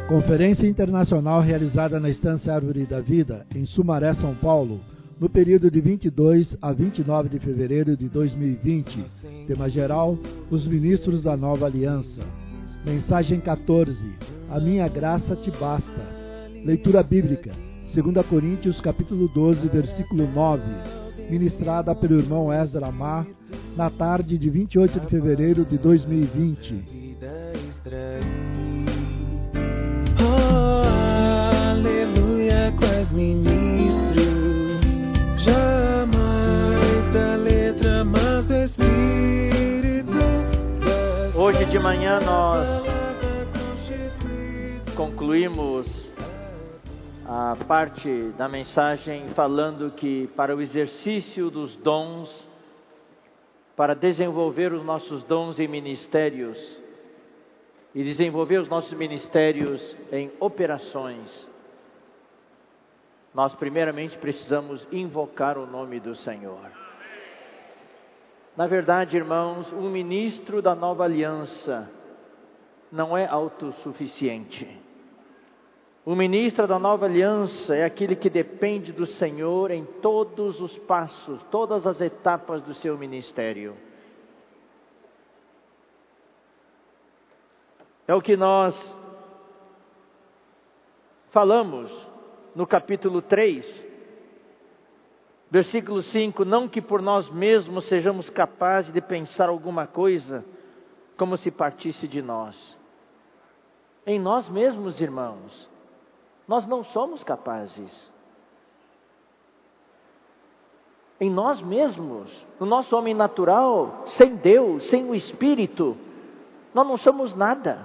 Conferência Internacional realizada na Estância Árvore da Vida, em Sumaré, São Paulo, no período de 22 a 29 de fevereiro de 2020. Tema geral, os ministros da Nova Aliança. Mensagem 14, a minha graça te basta. Leitura bíblica, 2 Coríntios capítulo 12, versículo 9, ministrada pelo irmão Esdra Amar, na tarde de 28 de fevereiro de 2020. Aleluia, quase ministro, jamais da letra, mas do Espírito. Hoje de manhã nós concluímos a parte da mensagem falando que para o exercício dos dons, para desenvolver os nossos dons em ministérios e desenvolver os nossos ministérios em operações, nós primeiramente precisamos invocar o nome do Senhor. Na verdade, irmãos, um ministro da Nova Aliança não é autossuficiente. O ministro da Nova Aliança é aquele que depende do Senhor em todos os passos, todas as etapas do seu ministério. É o que nós falamos no capítulo 3, versículo 5, não que por nós mesmos sejamos capazes de pensar alguma coisa como se partisse de nós. Em nós mesmos, irmãos, nós não somos capazes. Em nós mesmos, no nosso homem natural, sem Deus, sem o Espírito, nós não somos nada.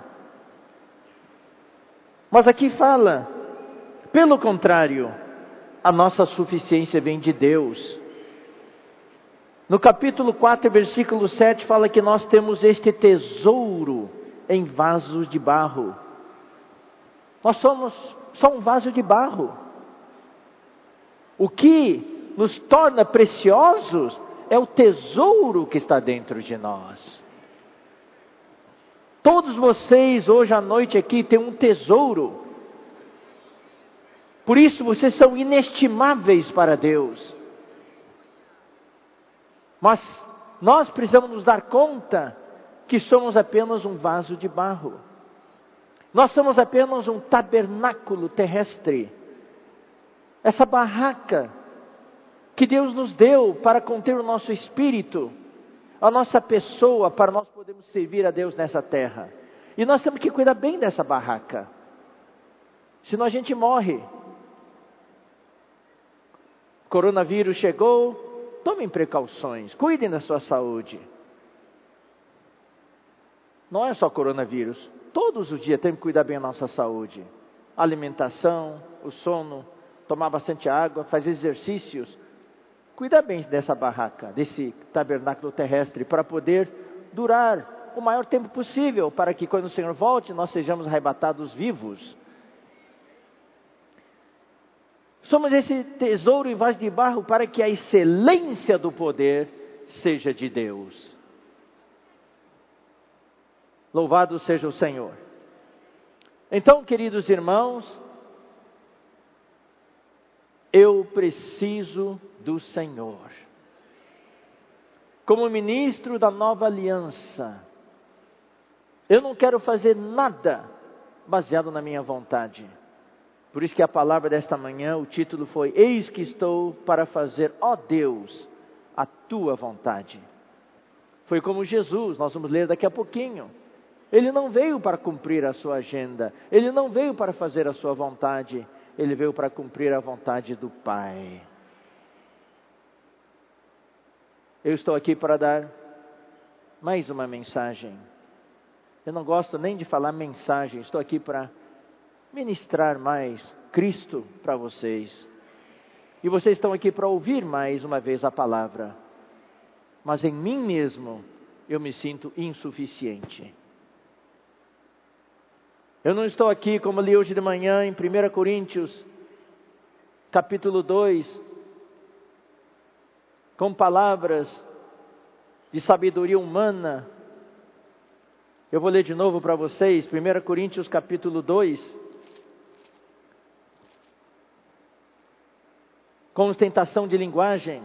Mas aqui fala, pelo contrário, a nossa suficiência vem de Deus. No capítulo 4, versículo 7, fala que nós temos este tesouro em vasos de barro. Nós somos só um vaso de barro. O que nos torna preciosos é o tesouro que está dentro de nós. Todos vocês hoje à noite aqui têm um tesouro. Por isso vocês são inestimáveis para Deus. Mas nós precisamos nos dar conta que somos apenas um vaso de barro. Nós somos apenas um tabernáculo terrestre. Essa barraca que Deus nos deu para conter o nosso espírito, a nossa pessoa, para nós podermos servir a Deus nessa terra. E nós temos que cuidar bem dessa barraca. Senão a gente morre. Coronavírus chegou, tomem precauções, cuidem da sua saúde. Não é só coronavírus, todos os dias temos que cuidar bem da nossa saúde. Alimentação, o sono, tomar bastante água, fazer exercícios. Cuidar bem dessa barraca, desse tabernáculo terrestre, para poder durar o maior tempo possível, para que quando o Senhor volte, nós sejamos arrebatados vivos. Somos esse tesouro em vaso de barro para que a excelência do poder seja de Deus. Louvado seja o Senhor. Então, queridos irmãos, eu preciso do Senhor. Como ministro da Nova Aliança, eu não quero fazer nada baseado na minha vontade. Por isso que a palavra desta manhã, o título foi: Eis que estou para fazer, ó Deus, a tua vontade. Foi como Jesus, nós vamos ler daqui a pouquinho. Ele não veio para cumprir a sua agenda, ele não veio para fazer a sua vontade, ele veio para cumprir a vontade do Pai. Eu estou aqui para dar mais uma mensagem. Eu não gosto nem de falar mensagem, estou aqui para ministrar mais Cristo para vocês. E vocês estão aqui para ouvir mais uma vez a palavra. Mas em mim mesmo, eu me sinto insuficiente. Eu não estou aqui, como li hoje de manhã em 1 Coríntios, capítulo 2, com palavras de sabedoria humana. Eu vou ler de novo para vocês, 1 Coríntios capítulo 2, com ostentação de linguagem,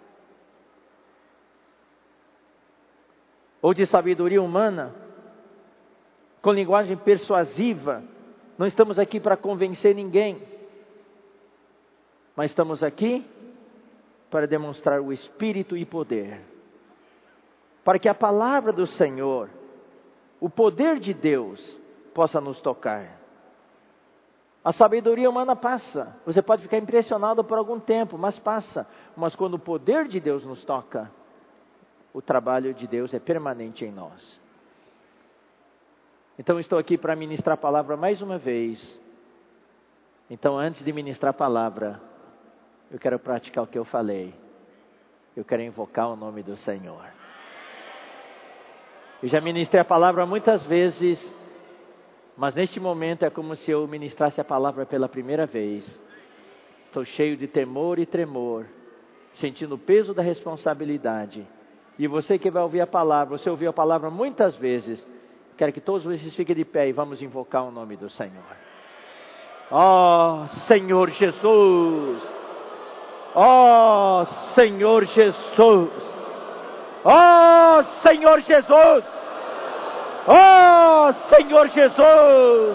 ou de sabedoria humana, com linguagem persuasiva. Não estamos aqui para convencer ninguém, mas estamos aqui para demonstrar o Espírito e poder, para que a palavra do Senhor, o poder de Deus, possa nos tocar. A sabedoria humana passa, você pode ficar impressionado por algum tempo, mas passa. Mas quando o poder de Deus nos toca, o trabalho de Deus é permanente em nós. Então estou aqui para ministrar a palavra mais uma vez. Então antes de ministrar a palavra, eu quero praticar o que eu falei. Eu quero invocar o nome do Senhor. Eu já ministrei a palavra muitas vezes, mas neste momento é como se eu ministrasse a palavra pela primeira vez. Estou cheio de temor e tremor, sentindo o peso da responsabilidade. E você que vai ouvir a palavra, você ouviu a palavra muitas vezes, quero que todos vocês fiquem de pé e vamos invocar o nome do Senhor. Ó Senhor Jesus! Ó Senhor Jesus! Ó Senhor Jesus! Ó Senhor Jesus!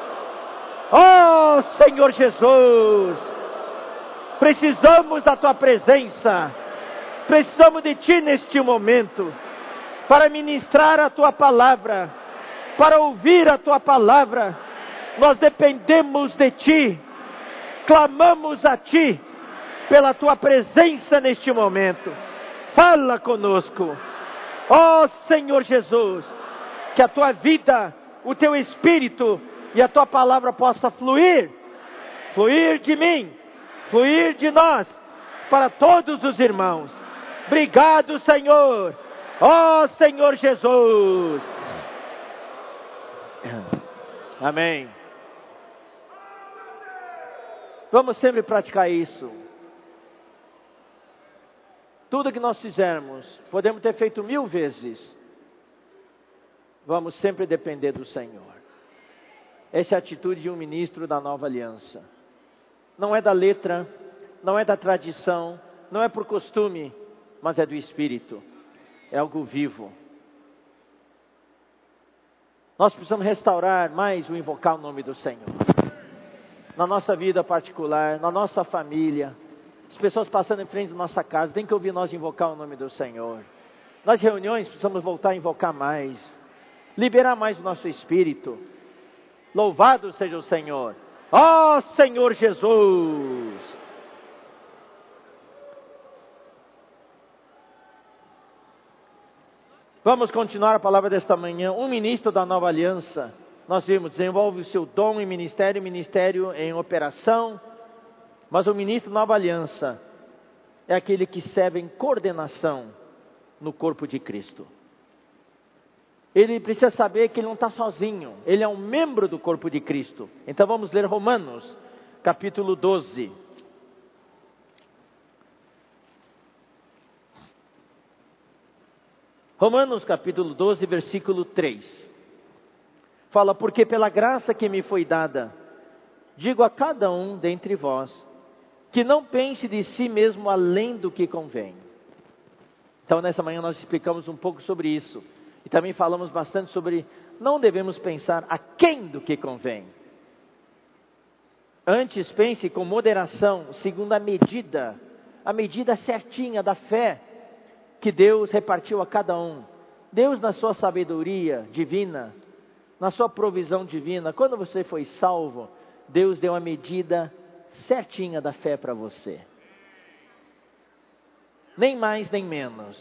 Ó Senhor Jesus! Precisamos da Tua presença. Precisamos de Ti neste momento, para ministrar a Tua palavra, para ouvir a Tua palavra. Nós dependemos de Ti, clamamos a Ti, pela Tua presença neste momento. Fala conosco, ó Senhor Jesus, que a Tua vida, o Teu Espírito e a Tua palavra possa fluir de mim, fluir de nós, para todos os irmãos. Obrigado, Senhor, ó Senhor Jesus. Amém. Vamos sempre praticar isso. Tudo que nós fizermos, podemos ter feito 1000 vezes, vamos sempre depender do Senhor. Essa é a atitude de um ministro da nova aliança. Não é da letra, não é da tradição, não é por costume, mas é do Espírito. É algo vivo. Nós precisamos restaurar mais o invocar o nome do Senhor. Na nossa vida particular, na nossa família. As pessoas passando em frente da nossa casa, tem que ouvir nós invocar o nome do Senhor. Nas reuniões precisamos voltar a invocar mais. Liberar mais o nosso espírito. Louvado seja o Senhor. Ó Senhor Jesus! Vamos continuar a palavra desta manhã. Um ministro da nova aliança, nós vimos, desenvolve o seu dom em ministério em operação. Mas o ministro da nova aliança é aquele que serve em coordenação no corpo de Cristo. Ele precisa saber que ele não está sozinho, ele é um membro do corpo de Cristo. Então vamos ler Romanos, capítulo 12. Romanos capítulo 12, versículo 3. Fala, porque pela graça que me foi dada, digo a cada um dentre vós, que não pense de si mesmo além do que convém. Então nessa manhã nós explicamos um pouco sobre isso. E também falamos bastante sobre, não devemos pensar aquém do que convém. Antes pense com moderação, segundo a medida certinha da fé, que Deus repartiu a cada um. Deus na sua sabedoria divina, na sua provisão divina, quando você foi salvo, Deus deu a medida certinha da fé para você. Nem mais nem menos.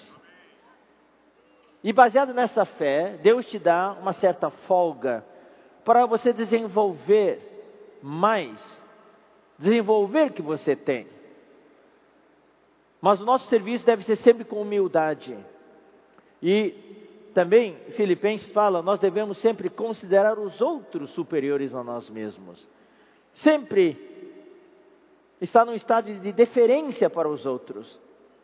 E baseado nessa fé, Deus te dá uma certa folga para você desenvolver mais, desenvolver o que você tem. Mas o nosso serviço deve ser sempre com humildade. E também, Filipenses fala, nós devemos sempre considerar os outros superiores a nós mesmos. Sempre estar num estado de deferência para os outros.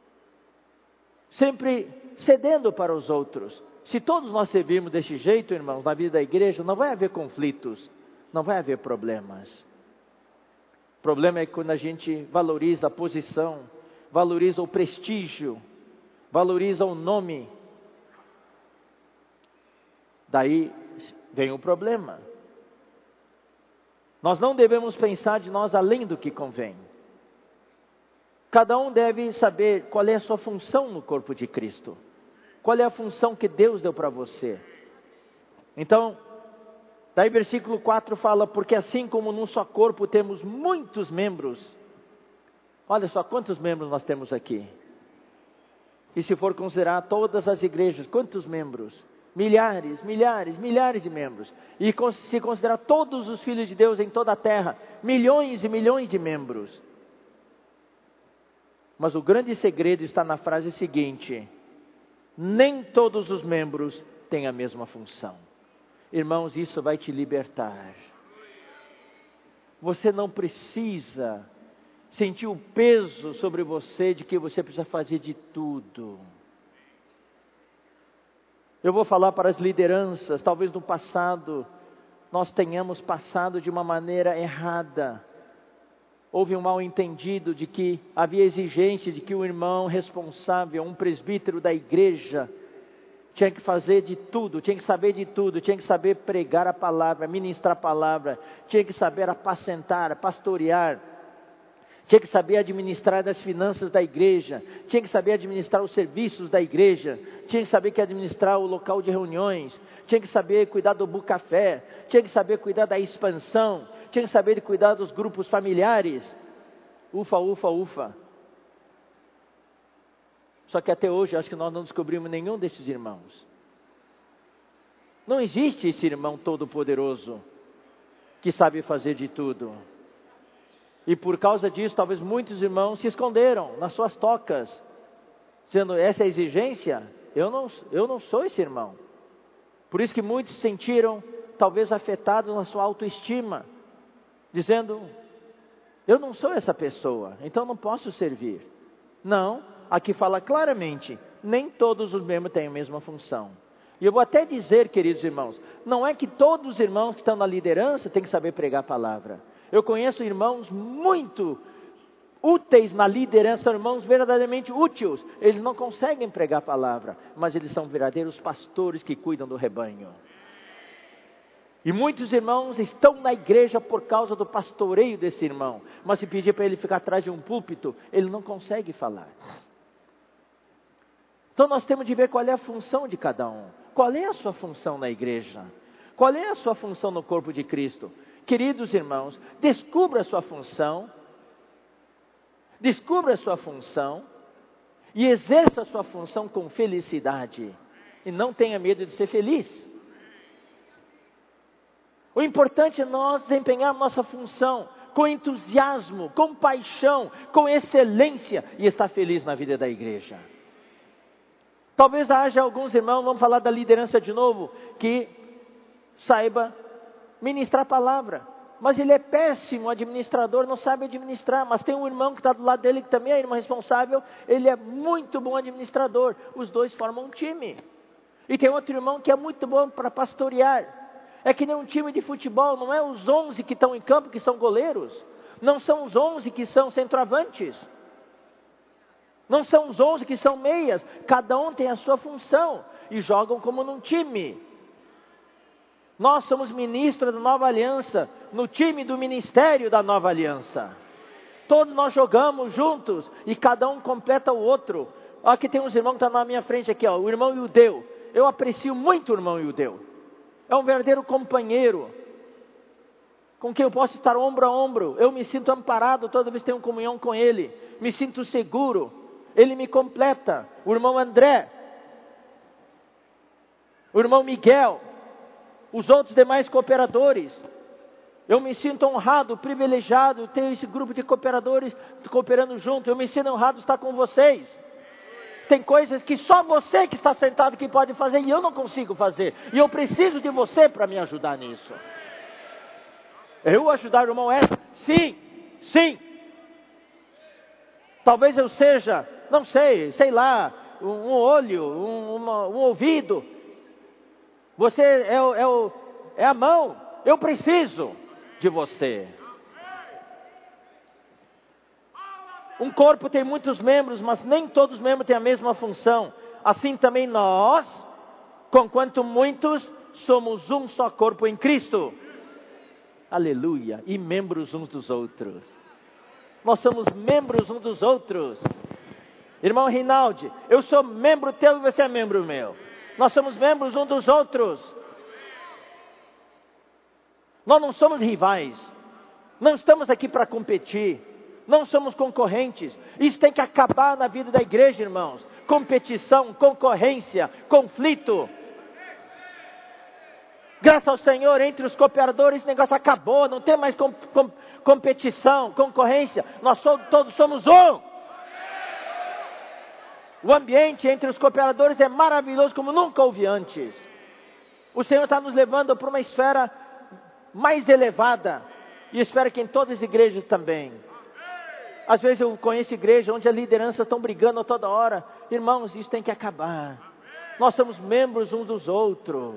Sempre cedendo para os outros. Se todos nós servirmos desse jeito, irmãos, na vida da igreja, não vai haver conflitos, não vai haver problemas. O problema é quando a gente valoriza a posição, valoriza o prestígio, valoriza o nome. Daí vem o problema. Nós não devemos pensar de nós além do que convém. Cada um deve saber qual é a sua função no corpo de Cristo. Qual é a função que Deus deu para você. Então, daí versículo 4 fala, porque assim como num só corpo temos muitos membros. Olha só quantos membros nós temos aqui. E se for considerar todas as igrejas, quantos membros? Milhares, milhares, milhares de membros. E se considerar todos os filhos de Deus em toda a terra, milhões e milhões de membros. Mas o grande segredo está na frase seguinte: nem todos os membros têm a mesma função. Irmãos, isso vai te libertar. Você não precisa sentir o peso sobre você de que você precisa fazer de tudo. Eu vou falar para as lideranças, talvez no passado nós tenhamos passado de uma maneira errada. Houve um mal entendido de que havia exigência de que o irmão responsável, um presbítero da igreja, tinha que fazer de tudo, tinha que saber de tudo, tinha que saber pregar a palavra, ministrar a palavra, tinha que saber apacentar, pastorear, tinha que saber administrar as finanças da igreja, tinha que saber administrar os serviços da igreja, tinha que saber administrar o local de reuniões, tinha que saber cuidar do bucafé, tinha que saber cuidar da expansão, tinha que saber cuidar dos grupos familiares. Ufa, ufa, ufa. Só que até hoje acho que nós não descobrimos nenhum desses irmãos. Não existe esse irmão todo poderoso que sabe fazer de tudo. E por causa disso, talvez muitos irmãos se esconderam nas suas tocas, dizendo, essa é a exigência? Eu não sou esse irmão. Por isso que muitos se sentiram talvez afetados na sua autoestima, dizendo, eu não sou essa pessoa, então não posso servir. Não, aqui fala claramente, nem todos os membros têm a mesma função. E eu vou até dizer, queridos irmãos, não é que todos os irmãos que estão na liderança têm que saber pregar a palavra. Eu conheço irmãos muito úteis na liderança, são irmãos verdadeiramente úteis. Eles não conseguem pregar a palavra, mas eles são verdadeiros pastores que cuidam do rebanho. E muitos irmãos estão na igreja por causa do pastoreio desse irmão. Mas se pedir para ele ficar atrás de um púlpito, ele não consegue falar. Então nós temos de ver qual é a função de cada um. Qual é a sua função na igreja? Qual é a sua função no corpo de Cristo? Queridos irmãos, descubra a sua função. Descubra a sua função. E exerça a sua função com felicidade. E não tenha medo de ser feliz. O importante é nós desempenharmos nossa função com entusiasmo, com paixão, com excelência e estar feliz na vida da igreja. Talvez haja alguns irmãos, vamos falar da liderança de novo, que saiba ministrar a palavra. Mas ele é péssimo administrador, não sabe administrar. Mas tem um irmão que está do lado dele, que também é irmão responsável, ele é muito bom administrador. Os dois formam um time. E tem outro irmão que é muito bom para pastorear. É que nem um time de futebol, não é os 11 que estão em campo que são goleiros. Não são os 11 que são centroavantes. Não são os 11 que são meias. Cada um tem a sua função e jogam como num time. Nós somos ministros da Nova Aliança, no time do ministério da Nova Aliança. Todos nós jogamos juntos e cada um completa o outro. Aqui tem uns irmãos que estão na minha frente aqui, ó, o irmão Yudeu. Eu aprecio muito o irmão Yudeu. É um verdadeiro companheiro, com quem eu posso estar ombro a ombro. Eu me sinto amparado toda vez que tenho comunhão com ele. Me sinto seguro. Ele me completa. O irmão André, o irmão Miguel, os outros demais cooperadores. Eu me sinto honrado, privilegiado, ter esse grupo de cooperadores cooperando junto. Eu me sinto honrado de estar com vocês. Tem coisas que só você que está sentado aqui pode fazer e eu não consigo fazer. E eu preciso de você para me ajudar nisso. Eu ajudar o irmão Edson? Sim, sim. Talvez eu seja, não sei, sei lá, um olho, um ouvido. Você é a mão. Eu preciso de você. Um corpo tem muitos membros, mas nem todos os membros têm a mesma função. Assim também nós, conquanto muitos, somos um só corpo em Cristo. Aleluia. E membros uns dos outros. Nós somos membros uns dos outros. Irmão Rinaldi, eu sou membro teu e você é membro meu. Nós somos membros uns dos outros. Nós não somos rivais. Não estamos aqui para competir. Não somos concorrentes. Isso tem que acabar na vida da igreja, irmãos. Competição, concorrência, conflito. Graças ao Senhor, entre os cooperadores, esse negócio acabou. Não tem mais competição, concorrência. Nós todos somos um. O ambiente entre os cooperadores é maravilhoso como nunca houve antes. O Senhor está nos levando para uma esfera mais elevada. E espero que em todas as igrejas também. Às vezes eu conheço igrejas onde as lideranças estão brigando a toda hora. Irmãos, isso tem que acabar. Nós somos membros uns dos outros.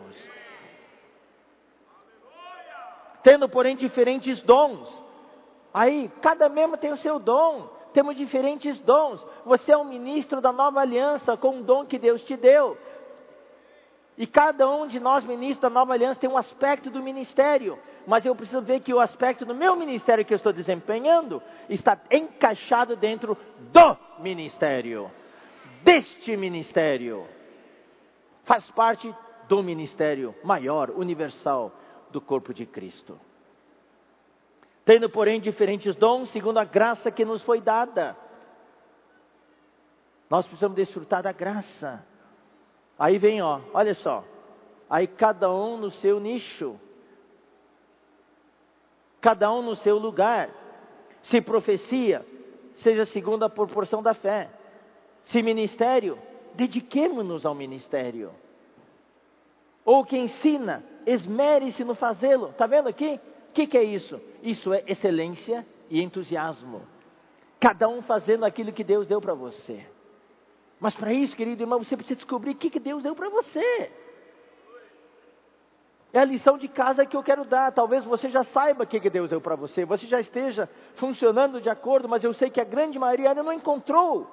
Tendo, porém, diferentes dons. Aí, cada membro tem o seu dom. Temos diferentes dons. Você é um ministro da nova aliança com um dom que Deus te deu. E cada um de nós, ministros da nova aliança, tem um aspecto do ministério. Mas eu preciso ver que o aspecto do meu ministério que eu estou desempenhando está encaixado dentro do ministério. Deste ministério. Faz parte do ministério maior, universal, do corpo de Cristo. Tendo, porém, diferentes dons, segundo a graça que nos foi dada. Nós precisamos desfrutar da graça. Aí vem, olha só. Aí cada um no seu nicho. Cada um no seu lugar. Se profecia, seja segundo a proporção da fé. Se ministério, dediquemo-nos ao ministério. Ou que ensina, esmere-se no fazê-lo. Está vendo aqui? O que é isso? Isso é excelência e entusiasmo. Cada um fazendo aquilo que Deus deu para você. Mas para isso, querido irmão, você precisa descobrir o que Deus deu para você. É a lição de casa que eu quero dar. Talvez você já saiba o que Deus deu para você. Você já esteja funcionando de acordo, mas eu sei que a grande maioria ainda não encontrou.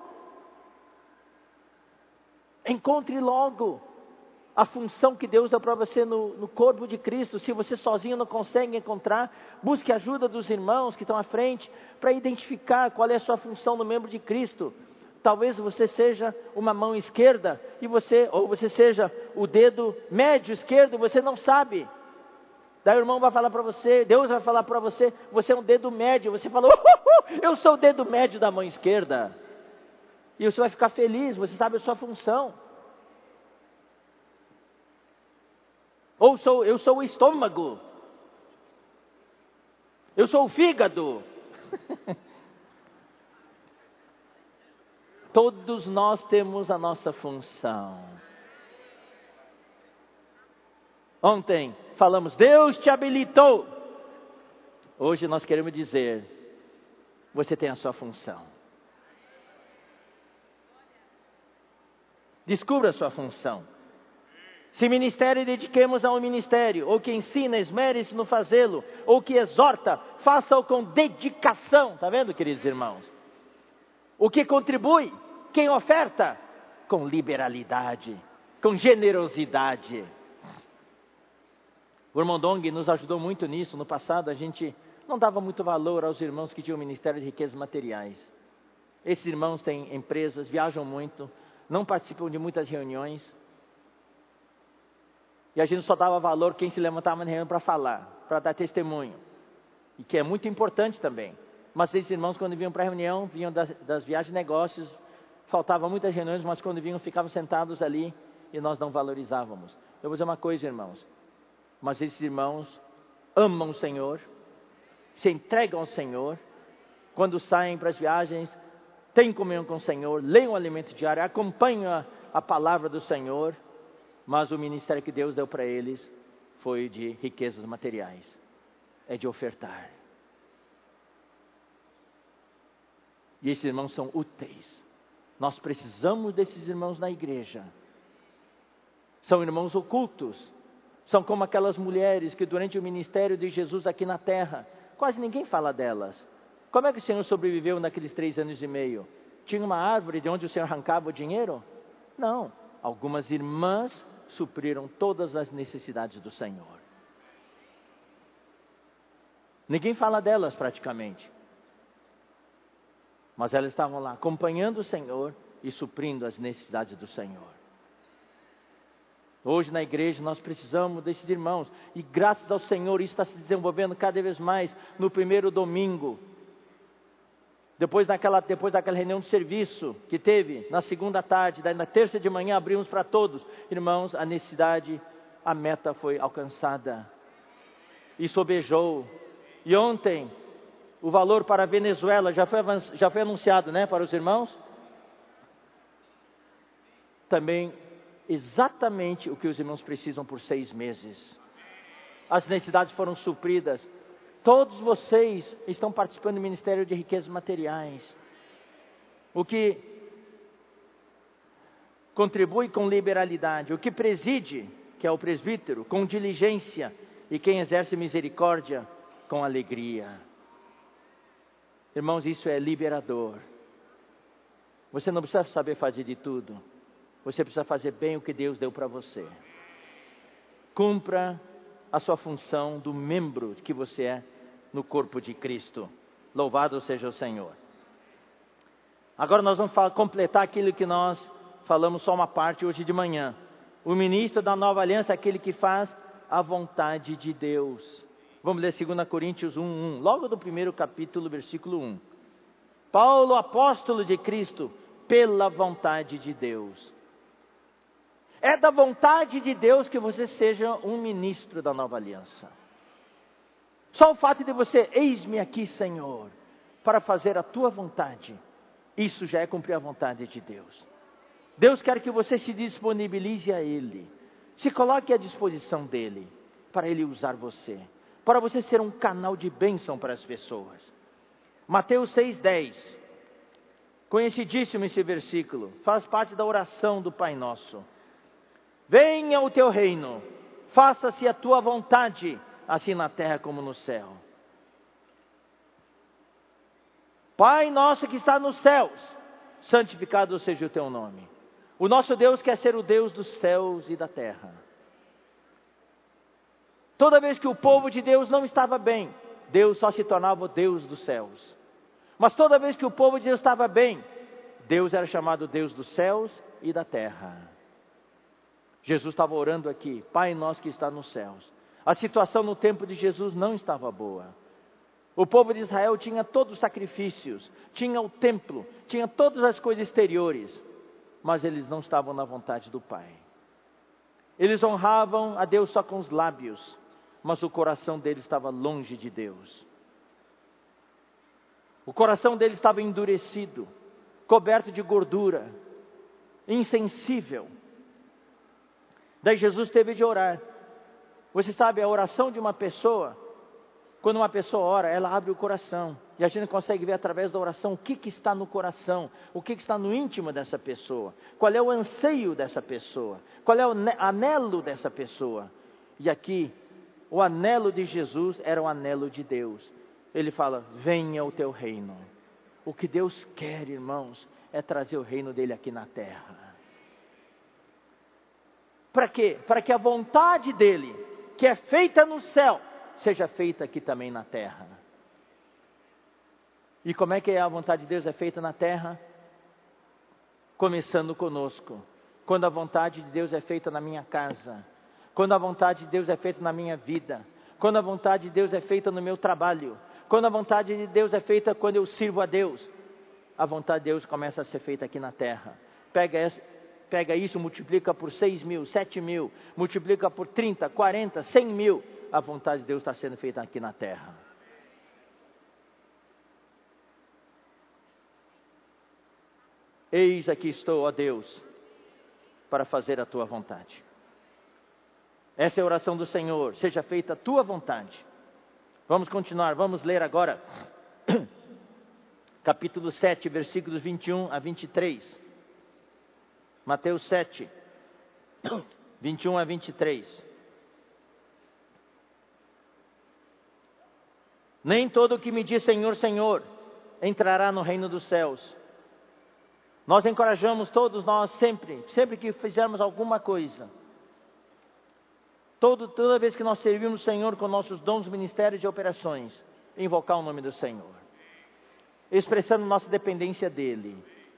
Encontre logo a função que Deus dá para você no corpo de Cristo. Se você sozinho não consegue encontrar, busque a ajuda dos irmãos que estão à frente para identificar qual é a sua função no membro de Cristo. Talvez você seja uma mão esquerda ou você seja o dedo médio esquerdo e você não sabe. Daí o irmão vai falar para você, Deus vai falar para você, você é um dedo médio. Você falou, eu sou o dedo médio da mão esquerda. E você vai ficar feliz, você sabe a sua função. Ou eu sou o estômago. Eu sou o fígado. Todos nós temos a nossa função. Ontem falamos, Deus te habilitou. Hoje nós queremos dizer, você tem a sua função. Descubra a sua função. Se ministério, dediquemos ao ministério. Ou que ensina, esmere-se no fazê-lo. Ou que exorta, faça-o com dedicação. Está vendo, queridos irmãos? O que contribui, quem oferta, com liberalidade, com generosidade. O irmão Dong nos ajudou muito nisso. No passado a gente não dava muito valor aos irmãos que tinham o ministério de riquezas materiais. Esses irmãos têm empresas, viajam muito, não participam de muitas reuniões. E a gente só dava valor quem se levantava na reunião para falar, para dar testemunho. E que é muito importante também. Mas esses irmãos, quando vinham para a reunião, vinham das viagens de negócios, faltavam muitas reuniões, mas quando vinham, ficavam sentados ali e nós não valorizávamos. Eu vou dizer uma coisa, irmãos. Mas esses irmãos amam o Senhor, se entregam ao Senhor. Quando saem para as viagens, têm comunhão com o Senhor, leem o alimento diário, acompanham a palavra do Senhor. Mas o ministério que Deus deu para eles foi de riquezas materiais. É de ofertar. E esses irmãos são úteis. Nós precisamos desses irmãos na igreja. São irmãos ocultos. São como aquelas mulheres que durante o ministério de Jesus aqui na terra, quase ninguém fala delas. Como é que o Senhor sobreviveu naqueles 3 anos e meio? Tinha uma árvore de onde o Senhor arrancava o dinheiro? Não. Algumas irmãs supriram todas as necessidades do Senhor. Ninguém fala delas praticamente. Mas elas estavam lá acompanhando o Senhor e suprindo as necessidades do Senhor. Hoje na igreja nós precisamos desses irmãos. E graças ao Senhor isso está se desenvolvendo cada vez mais no primeiro domingo. Depois daquela reunião de serviço que teve na segunda tarde, daí na terça de manhã abrimos para todos. Irmãos, a necessidade, a meta foi alcançada. E sobejou. E ontem, o valor para a Venezuela já foi anunciado, né, para os irmãos? Também exatamente o que os irmãos precisam por 6 meses. As necessidades foram supridas. Todos vocês estão participando do Ministério de Riquezas Materiais. O que contribui com liberalidade. O que preside, que é o presbítero, com diligência. E quem exerce misericórdia, com alegria. Irmãos, isso é liberador. Você não precisa saber fazer de tudo. Você precisa fazer bem o que Deus deu para você. Cumpra a sua função do membro que você é no corpo de Cristo. Louvado seja o Senhor. Agora nós vamos completar aquilo que nós falamos só uma parte hoje de manhã. O ministro da nova aliança é aquele que faz a vontade de Deus. Vamos ler 2 Coríntios 1:1, logo do primeiro capítulo, versículo 1. Paulo, apóstolo de Cristo, pela vontade de Deus. É da vontade de Deus que você seja um ministro da nova aliança. Só o fato de você, eis-me aqui, Senhor, para fazer a tua vontade, isso já é cumprir a vontade de Deus. Deus quer que você se disponibilize a Ele, se coloque à disposição dEle, para Ele usar você, para você ser um canal de bênção para as pessoas. Mateus 6:10, conhecidíssimo esse versículo, faz parte da oração do Pai Nosso. Venha o teu reino, faça-se a tua vontade, assim na terra como no céu. Pai nosso que está nos céus, santificado seja o teu nome. O nosso Deus quer ser o Deus dos céus e da terra. Toda vez que o povo de Deus não estava bem, Deus só se tornava o Deus dos céus. Mas toda vez que o povo de Deus estava bem, Deus era chamado Deus dos céus e da terra. Jesus estava orando aqui, Pai nosso que está nos céus. A situação no tempo de Jesus não estava boa. O povo de Israel tinha todos os sacrifícios, tinha o templo, tinha todas as coisas exteriores, mas eles não estavam na vontade do Pai. Eles honravam a Deus só com os lábios, mas o coração deles estava longe de Deus. O coração deles estava endurecido, coberto de gordura, insensível. Daí Jesus teve de orar. Você sabe, a oração de uma pessoa, quando uma pessoa ora, ela abre o coração. E a gente consegue ver através da oração o que está no coração, o que está no íntimo dessa pessoa. Qual é o anseio dessa pessoa, qual é o anelo dessa pessoa. E aqui, o anelo de Jesus era o anelo de Deus. Ele fala, venha o teu reino. O que Deus quer, irmãos, é trazer o reino dele aqui na terra. Para quê? Para que a vontade dele, que é feita no céu, seja feita aqui também na terra. E como é que a vontade de Deus é feita na terra? Começando conosco. Quando a vontade de Deus é feita na minha casa, quando a vontade de Deus é feita na minha vida, quando a vontade de Deus é feita no meu trabalho, quando a vontade de Deus é feita quando eu sirvo a Deus, a vontade de Deus começa a ser feita aqui na terra. Pega isso, multiplica por 6 mil, 7 mil, multiplica por 30, 40, 100 mil. A vontade de Deus está sendo feita aqui na terra. Eis aqui estou, ó Deus, para fazer a tua vontade. Essa é a oração do Senhor, seja feita a tua vontade. Vamos continuar, vamos ler agora, capítulo 7, versículos 21 a 23. Mateus 7, 21 a 23. Nem todo o que me diz Senhor, Senhor, entrará no reino dos céus. Nós encorajamos todos nós sempre que fizermos alguma coisa, toda vez que nós servimos o Senhor com nossos dons, ministérios e operações, invocar o nome do Senhor, expressando nossa dependência dEle,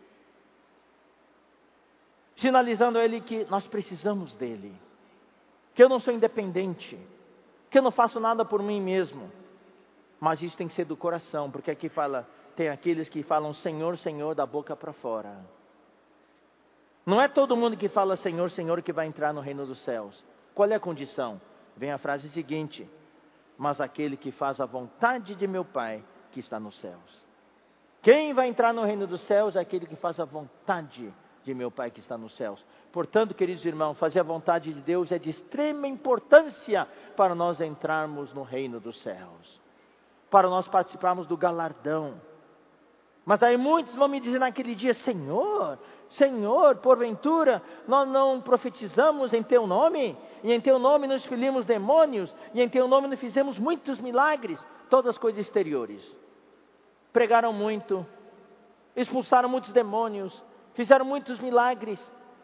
sinalizando a Ele que nós precisamos dEle, que eu não sou independente, que eu não faço nada por mim mesmo, mas isso tem que ser do coração, porque aqui fala, tem aqueles que falam Senhor, Senhor da boca para fora. Não é todo mundo que fala Senhor, Senhor que vai entrar no reino dos céus. Qual é a condição? Vem a frase seguinte: mas aquele que faz a vontade de meu Pai que está nos céus. Quem vai entrar no reino dos céus é aquele que faz a vontade de meu Pai que está nos céus. Portanto, queridos irmãos, fazer a vontade de Deus é de extrema importância para nós entrarmos no reino dos céus, para nós participarmos do galardão. Mas daí muitos vão me dizer naquele dia: Senhor, Senhor, porventura nós não profetizamos em Teu nome? E em Teu nome nos expelimos demônios? E em Teu nome nos fizemos muitos milagres? Todas coisas exteriores. Pregaram muito, expulsaram muitos demônios, fizeram muitos milagres.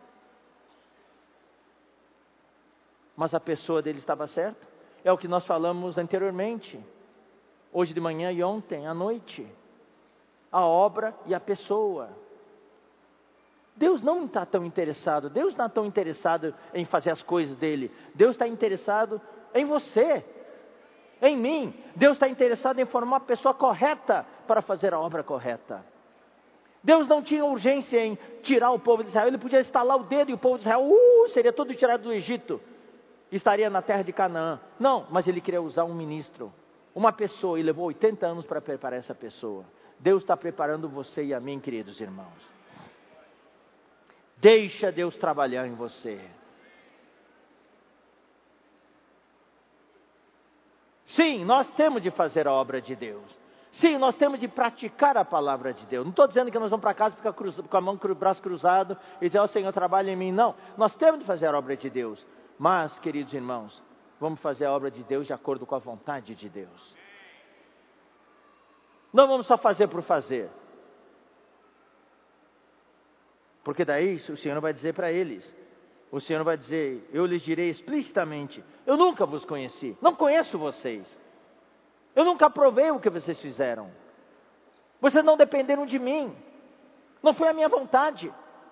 Mas a pessoa dele estava certa? É o que nós falamos anteriormente, hoje de manhã e ontem à noite. A obra e a pessoa. Deus não está tão interessado. Deus não está tão interessado em fazer as coisas dele. Deus está interessado em você, em mim. Deus está interessado em formar a pessoa correta para fazer a obra correta. Deus não tinha urgência em tirar o povo de Israel. Ele podia estalar o dedo e o povo de Israel seria todo tirado do Egito, estaria na terra de Canaã. Não, mas ele queria usar um ministro, uma pessoa, e levou 80 anos para preparar essa pessoa. Deus está preparando você e a mim, queridos irmãos. Deixa Deus trabalhar em você. Sim, nós temos de fazer a obra de Deus. Sim, nós temos de praticar a palavra de Deus. Não estou dizendo que nós vamos para casa ficar com a mão, com o braço cruzado e dizer: ó Senhor, trabalha em mim. Não, nós temos de fazer a obra de Deus. Mas, queridos irmãos, vamos fazer a obra de Deus de acordo com a vontade de Deus. Não vamos só fazer por fazer. Porque daí o Senhor vai dizer para eles, o Senhor vai dizer: eu lhes direi explicitamente, eu nunca vos conheci, não conheço vocês. Eu nunca aprovei o que vocês fizeram. Vocês não dependeram de mim. Não foi a minha vontade.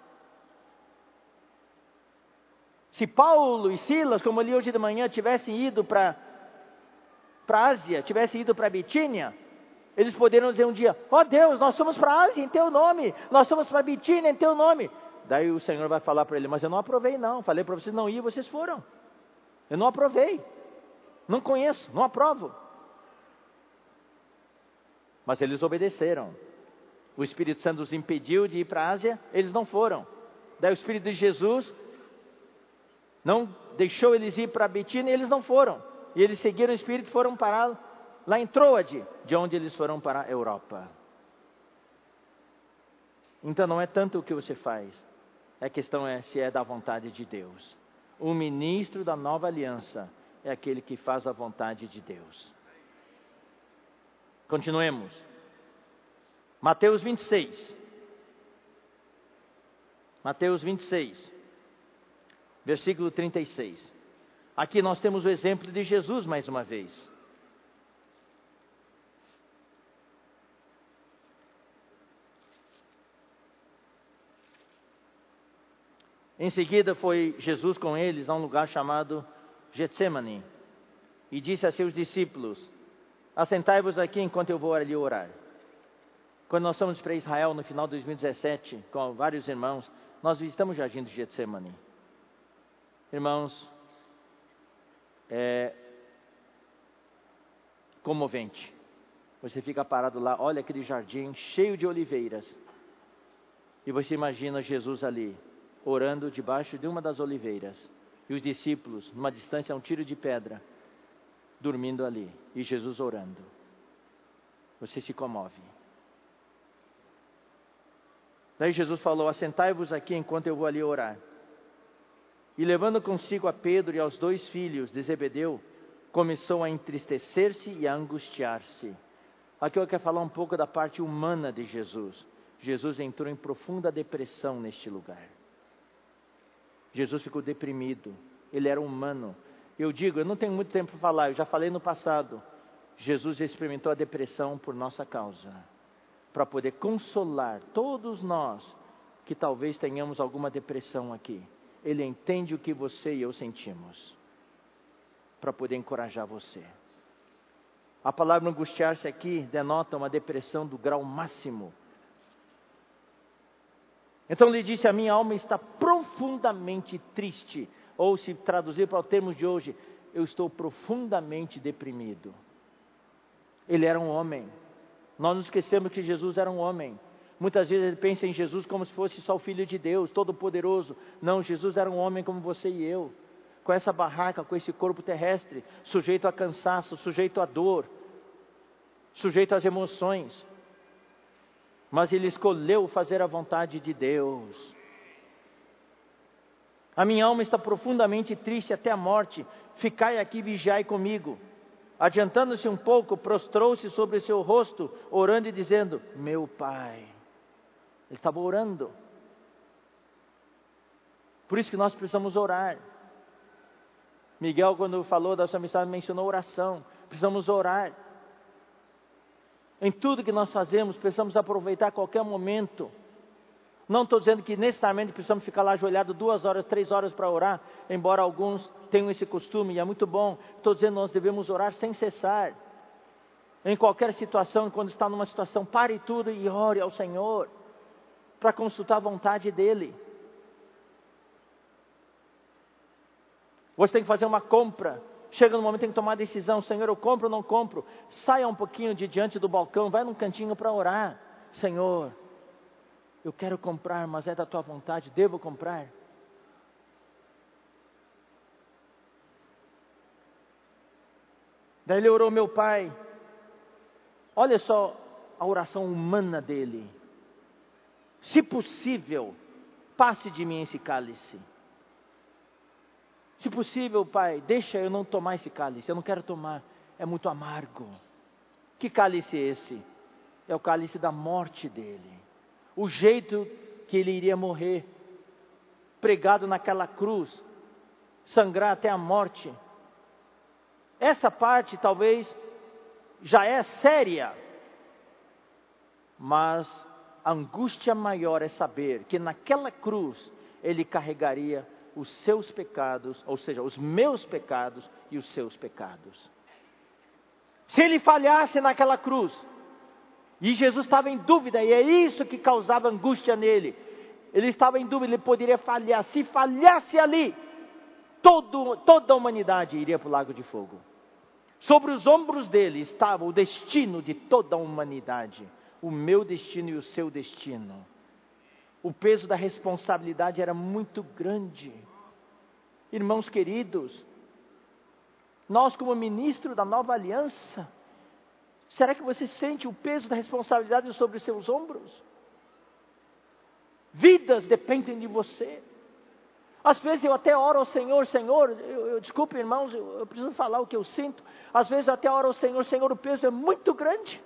Se Paulo e Silas, como eu li hoje de manhã, tivessem ido para a Ásia, tivessem ido para a Bitínia, eles poderiam dizer um dia: ó Deus, nós somos para a Ásia em Teu nome, nós somos para a Bitínia em Teu nome. Daí o Senhor vai falar para ele: mas eu não aprovei não, falei para vocês não ir, vocês foram. Eu não aprovei, não conheço, não aprovo. Mas eles obedeceram. O Espírito Santo os impediu de ir para a Ásia, eles não foram. Daí o Espírito de Jesus não deixou eles ir para a Bitínia, eles não foram. E eles seguiram o Espírito e foram parar lá em Troade, de onde eles foram para a Europa. Então não é tanto o que você faz, a questão é se é da vontade de Deus. O ministro da nova aliança é aquele que faz a vontade de Deus. Continuemos. Mateus 26. Mateus 26, versículo 36. Aqui nós temos o exemplo de Jesus mais uma vez. Em seguida foi Jesus com eles a um lugar chamado Getsemane e disse a seus discípulos: assentai-vos aqui enquanto eu vou ali orar. Quando nós fomos para Israel no final de 2017, com vários irmãos, nós visitamos o jardim de Getsemane. Irmãos, é comovente. Você fica parado lá, olha aquele jardim cheio de oliveiras, e você imagina Jesus ali, orando debaixo de uma das oliveiras, e os discípulos, numa distância a um tiro de pedra, dormindo ali, e Jesus orando. Você se comove. Daí Jesus falou: assentai-vos aqui enquanto eu vou ali orar. E levando consigo a Pedro e aos 2 filhos de Zebedeu, começou a entristecer-se e a angustiar-se. Aqui eu quero falar um pouco da parte humana de Jesus. Jesus entrou em profunda depressão neste lugar. Jesus ficou deprimido. Ele era humano. Eu digo, eu não tenho muito tempo para falar, eu já falei no passado. Jesus experimentou a depressão por nossa causa, para poder consolar todos nós que talvez tenhamos alguma depressão aqui. Ele entende o que você e eu sentimos, para poder encorajar você. A palavra angustiar-se aqui denota uma depressão do grau máximo. Então ele disse: a minha alma está profundamente triste. Ou se traduzir para os termos de hoje, eu estou profundamente deprimido. Ele era um homem. Nós nos esquecemos que Jesus era um homem. Muitas vezes ele pensa em Jesus como se fosse só o Filho de Deus, todo-poderoso. Não, Jesus era um homem como você e eu. Com essa barraca, com esse corpo terrestre, sujeito a cansaço, sujeito a dor, sujeito às emoções. Mas ele escolheu fazer a vontade de Deus. A minha alma está profundamente triste até a morte. Ficai aqui e vigiai comigo. Adiantando-se um pouco, prostrou-se sobre o seu rosto, orando e dizendo: meu Pai. Ele estava orando. Por isso que nós precisamos orar. Miguel, quando falou da sua mensagem, mencionou oração. Precisamos orar. Em tudo que nós fazemos, precisamos aproveitar qualquer momento. Não estou dizendo que necessariamente precisamos ficar lá ajoelhado 2 horas, 3 horas para orar, embora alguns tenham esse costume e é muito bom. Estou dizendo que nós devemos orar sem cessar. Em qualquer situação, quando está numa situação, pare tudo e ore ao Senhor, para consultar a vontade dEle. Você tem que fazer uma compra. Chega no momento, tem que tomar a decisão: Senhor, eu compro ou não compro? Saia um pouquinho de diante do balcão, vai num cantinho para orar. Senhor, eu quero comprar, mas é da tua vontade, devo comprar? Daí ele orou: meu Pai. Olha só a oração humana dele: se possível, passe de mim esse cálice. Se possível, Pai, deixa eu não tomar esse cálice. Eu não quero tomar, é muito amargo. Que cálice é esse? É o cálice da morte dele. O jeito que ele iria morrer, pregado naquela cruz, sangrar até a morte. Essa parte talvez já é séria, mas a angústia maior é saber que naquela cruz ele carregaria os seus pecados, ou seja, os meus pecados e os seus pecados. Se ele falhasse naquela cruz, e Jesus estava em dúvida, e é isso que causava angústia nele. Ele estava em dúvida, ele poderia falhar. Se falhasse ali, toda a humanidade iria para o lago de fogo. Sobre os ombros dele estava o destino de toda a humanidade. O meu destino e o seu destino. O peso da responsabilidade era muito grande. Irmãos queridos, nós como ministro da nova aliança, será que você sente o peso da responsabilidade sobre os seus ombros? Vidas dependem de você. Às vezes eu até oro ao Senhor: Senhor, desculpe irmãos, eu preciso falar o que eu sinto. Às vezes eu até oro ao Senhor: Senhor, o peso é muito grande.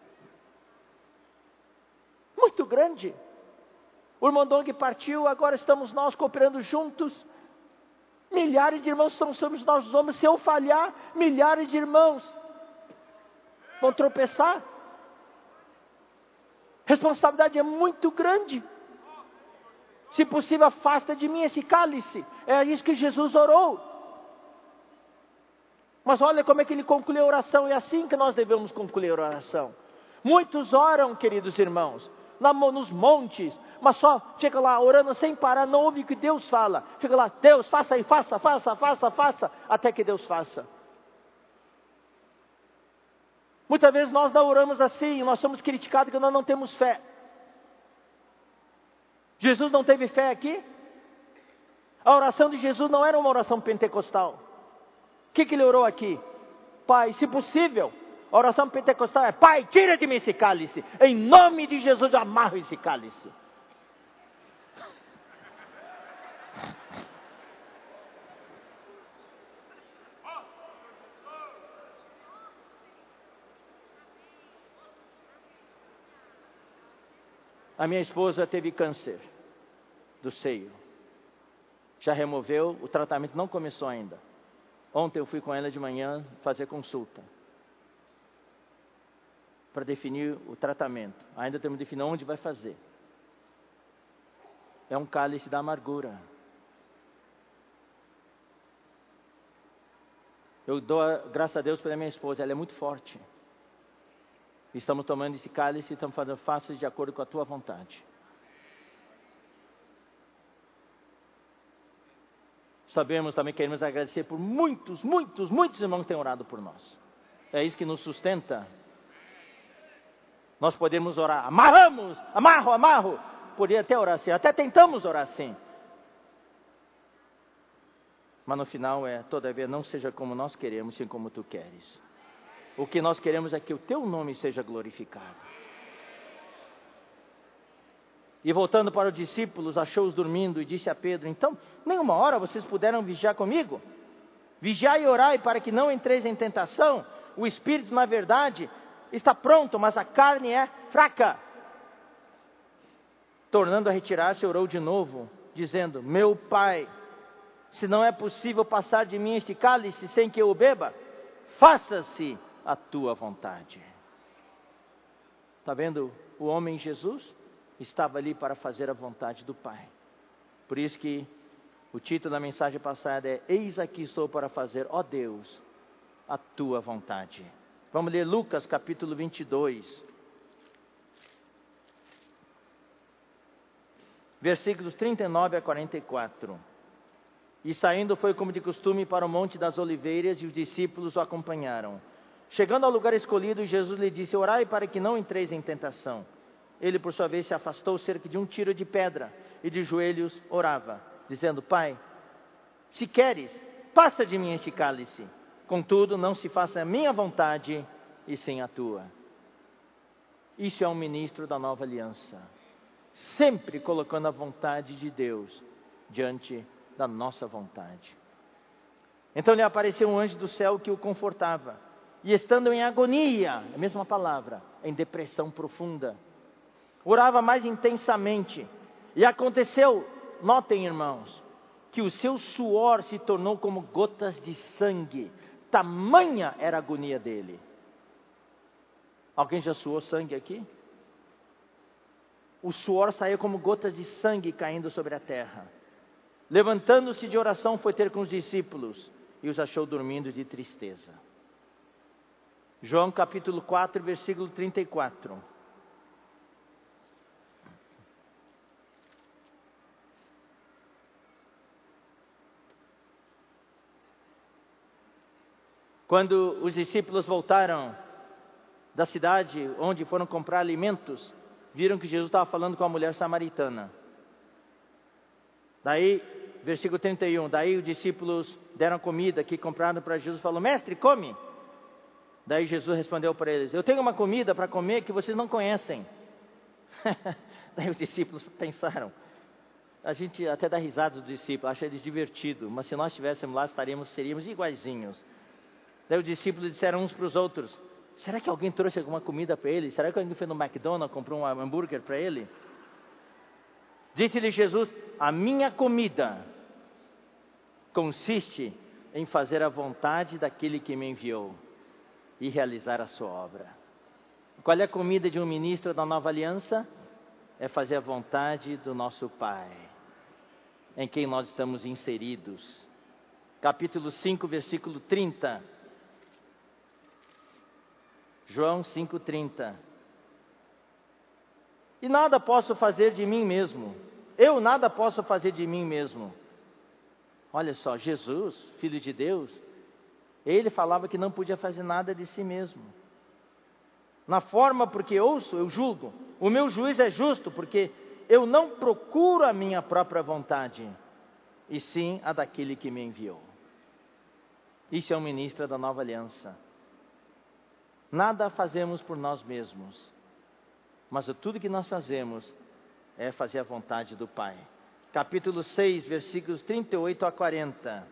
Muito grande. O irmão Dong partiu, agora estamos nós cooperando juntos. Milhares de irmãos estão sobre os nossos ombros. Se eu falhar, milhares de irmãos vão tropeçar. Responsabilidade é muito grande. Se possível, afasta de mim esse cálice. É isso que Jesus orou. Mas olha como é que ele concluiu a oração. É assim que nós devemos concluir a oração. Muitos oram, queridos irmãos, lá nos montes, mas só fica lá orando sem parar, não ouve o que Deus fala. Fica lá: Deus, faça aí, faça, até que Deus faça. Muitas vezes nós não oramos assim, nós somos criticados que nós não temos fé. Jesus não teve fé aqui? A oração de Jesus não era uma oração pentecostal. O que ele orou aqui? Pai, se possível. A oração pentecostal é: Pai, tira de mim esse cálice. Em nome de Jesus eu amarro esse cálice. A minha esposa teve câncer do seio. Já removeu, o tratamento não começou ainda. Ontem eu fui com ela de manhã fazer consulta para definir o tratamento. Ainda temos que definir onde vai fazer. É um cálice da amargura. Eu dou graças a Deus pela minha esposa, ela é muito forte. Estamos tomando esse cálice e estamos fazendo faças de acordo com a tua vontade. Sabemos também, queremos agradecer por muitos irmãos que têm orado por nós. É isso que nos sustenta. Nós podemos orar, amarro. Podia até orar assim, até tentamos orar assim. Mas no final todavia, não seja como nós queremos, sim como tu queres. O que nós queremos é que o teu nome seja glorificado. E voltando para os discípulos, achou-os dormindo e disse a Pedro: então, nenhuma hora vocês puderam vigiar comigo? Vigiai e orai para que não entreis em tentação. O espírito, na verdade, está pronto, mas a carne é fraca. Tornando a retirar-se, orou de novo, dizendo: meu Pai, se não é possível passar de mim este cálice sem que eu o beba, faça-se a tua vontade. Está vendo o homem Jesus? Estava ali para fazer a vontade do Pai. Por isso que o título da mensagem passada é: eis aqui estou para fazer, ó Deus, a tua vontade. Vamos ler Lucas capítulo 22. Versículos 39 a 44. E saindo foi como de costume para o Monte das Oliveiras, e os discípulos o acompanharam. Chegando ao lugar escolhido, Jesus lhe disse: orai para que não entreis em tentação. Ele, por sua vez, se afastou cerca de um tiro de pedra, e de joelhos orava, dizendo: Pai, se queres, passa de mim este cálice. Contudo, não se faça a minha vontade, e sim a tua. Isso é um ministro da nova aliança. Sempre colocando a vontade de Deus diante da nossa vontade. Então lhe apareceu um anjo do céu que o confortava. E estando em agonia, a mesma palavra, em depressão profunda, orava mais intensamente. E aconteceu, notem irmãos, que o seu suor se tornou como gotas de sangue. Tamanha era a agonia dele. Alguém já suou sangue aqui? O suor saiu como gotas de sangue caindo sobre a terra. Levantando-se de oração, foi ter com os discípulos e os achou dormindo de tristeza. João capítulo 4, versículo 34. Quando os discípulos voltaram da cidade onde foram comprar alimentos, viram que Jesus estava falando com a mulher samaritana. Daí, versículo 31, daí os discípulos deram comida que compraram para Jesus e falaram: mestre, come. Daí Jesus respondeu para eles: eu tenho uma comida para comer que vocês não conhecem. Daí os discípulos pensaram, a gente até dá risada dos discípulos, acha eles divertidos, mas se nós estivéssemos lá, seríamos iguaizinhos. Daí os discípulos disseram uns para os outros: será que alguém trouxe alguma comida para ele? Será que alguém foi no McDonald's, comprou um hambúrguer para ele? Disse-lhe Jesus: a minha comida consiste em fazer a vontade daquele que me enviou e realizar a sua obra. Qual é a comida de um ministro da nova aliança? É fazer a vontade do nosso Pai, em quem nós estamos inseridos. Capítulo 5, versículo 30. João 5,30. E nada posso fazer de mim mesmo. Eu nada posso fazer de mim mesmo. Olha só, Jesus, Filho de Deus, ele falava que não podia fazer nada de si mesmo. Na forma porque ouço, eu julgo. O meu juízo é justo, porque eu não procuro a minha própria vontade, e sim a daquele que me enviou. Isso é um ministro da nova aliança. Nada fazemos por nós mesmos, mas tudo que nós fazemos é fazer a vontade do Pai. Capítulo 6, versículos 38 a 40.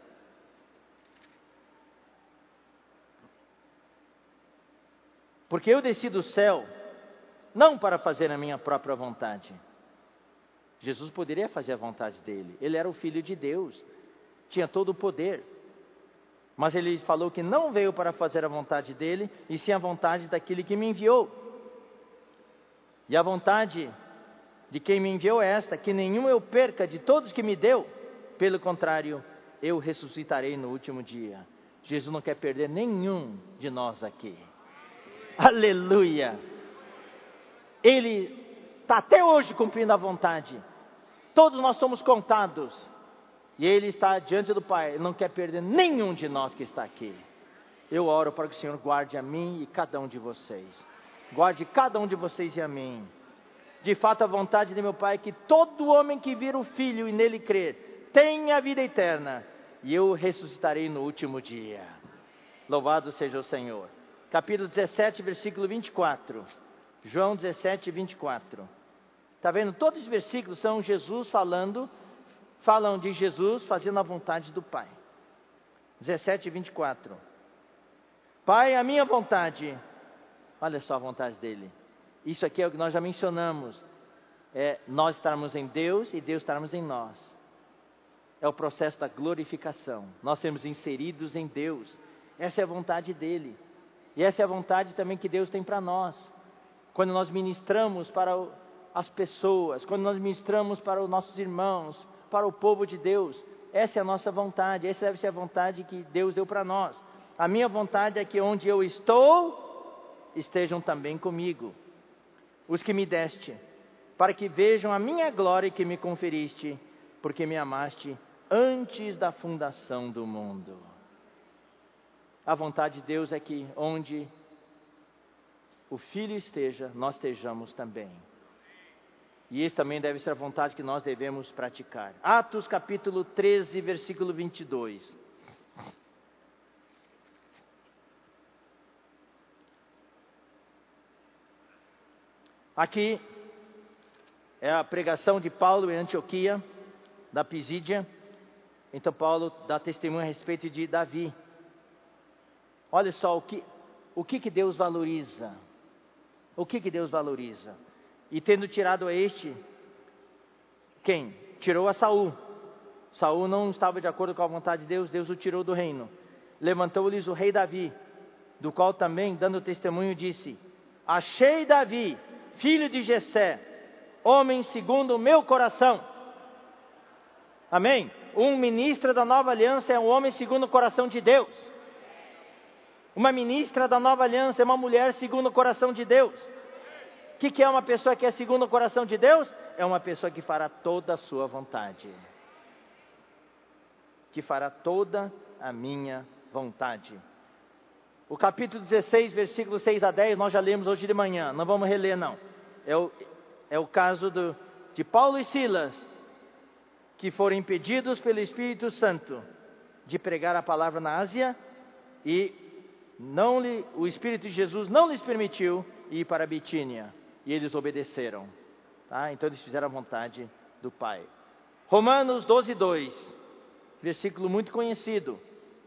Porque eu desci do céu não para fazer a minha própria vontade. Jesus poderia fazer a vontade dele. Ele era o Filho de Deus, tinha todo o poder. Mas ele falou que não veio para fazer a vontade dele, e sim a vontade daquele que me enviou. E a vontade de quem me enviou é esta: que nenhum eu perca de todos que me deu. Pelo contrário, eu ressuscitarei no último dia. Jesus não quer perder nenhum de nós aqui. Aleluia! Ele está até hoje cumprindo a vontade. Todos nós somos contados. E Ele está diante do Pai. Ele não quer perder nenhum de nós que está aqui. Eu oro para que o Senhor guarde a mim e cada um de vocês. Guarde cada um de vocês e a mim. De fato, a vontade de meu Pai é que todo homem que vir o Filho e nele crer, tenha a vida eterna. E eu ressuscitarei no último dia. Louvado seja o Senhor. Capítulo 17, versículo 24. João 17, 24. Está vendo? Todos os versículos são Jesus falam de Jesus fazendo a vontade do Pai. 17, 24. Pai, a minha vontade. Olha só a vontade dele. Isso aqui é o que nós já mencionamos. É nós estarmos em Deus e Deus estarmos em nós. É o processo da glorificação. Nós sermos inseridos em Deus. Essa é a vontade dele. E essa é a vontade também que Deus tem para nós. Quando nós ministramos para as pessoas, quando nós ministramos para os nossos irmãos, para o povo de Deus, essa é a nossa vontade, essa deve ser a vontade que Deus deu para nós. A minha vontade é que onde eu estou, estejam também comigo os que me deste, para que vejam a minha glória que me conferiste, porque me amaste antes da fundação do mundo. A vontade de Deus é que onde o Filho esteja, nós estejamos também. E esse também deve ser a vontade que nós devemos praticar. Atos capítulo 13, versículo 22. Aqui é a pregação de Paulo em Antioquia, da Pisídia. Então Paulo dá testemunho a respeito de Davi. Olha só o que Deus valoriza. O que Deus valoriza? E tendo tirado a este, quem? Tirou a Saul. Saul não estava de acordo com a vontade de Deus, Deus o tirou do reino. Levantou-lhes o rei Davi, do qual também, dando testemunho, disse: achei Davi, filho de Jessé, homem segundo o meu coração. Amém? Um ministro da nova aliança é um homem segundo o coração de Deus. Uma ministra da nova aliança é uma mulher segundo o coração de Deus. O que é uma pessoa que é segundo o coração de Deus? É uma pessoa que fará toda a sua vontade. Que fará toda a minha vontade. O capítulo 16, versículos 6 a 10, nós já lemos hoje de manhã. Não vamos reler não. É o caso de Paulo e Silas, que foram impedidos pelo Espírito Santo de pregar a palavra na Ásia, e o Espírito de Jesus não lhes permitiu ir para a Bitínia, e eles obedeceram. Tá? Então eles fizeram a vontade do Pai. Romanos 12, 2, versículo muito conhecido.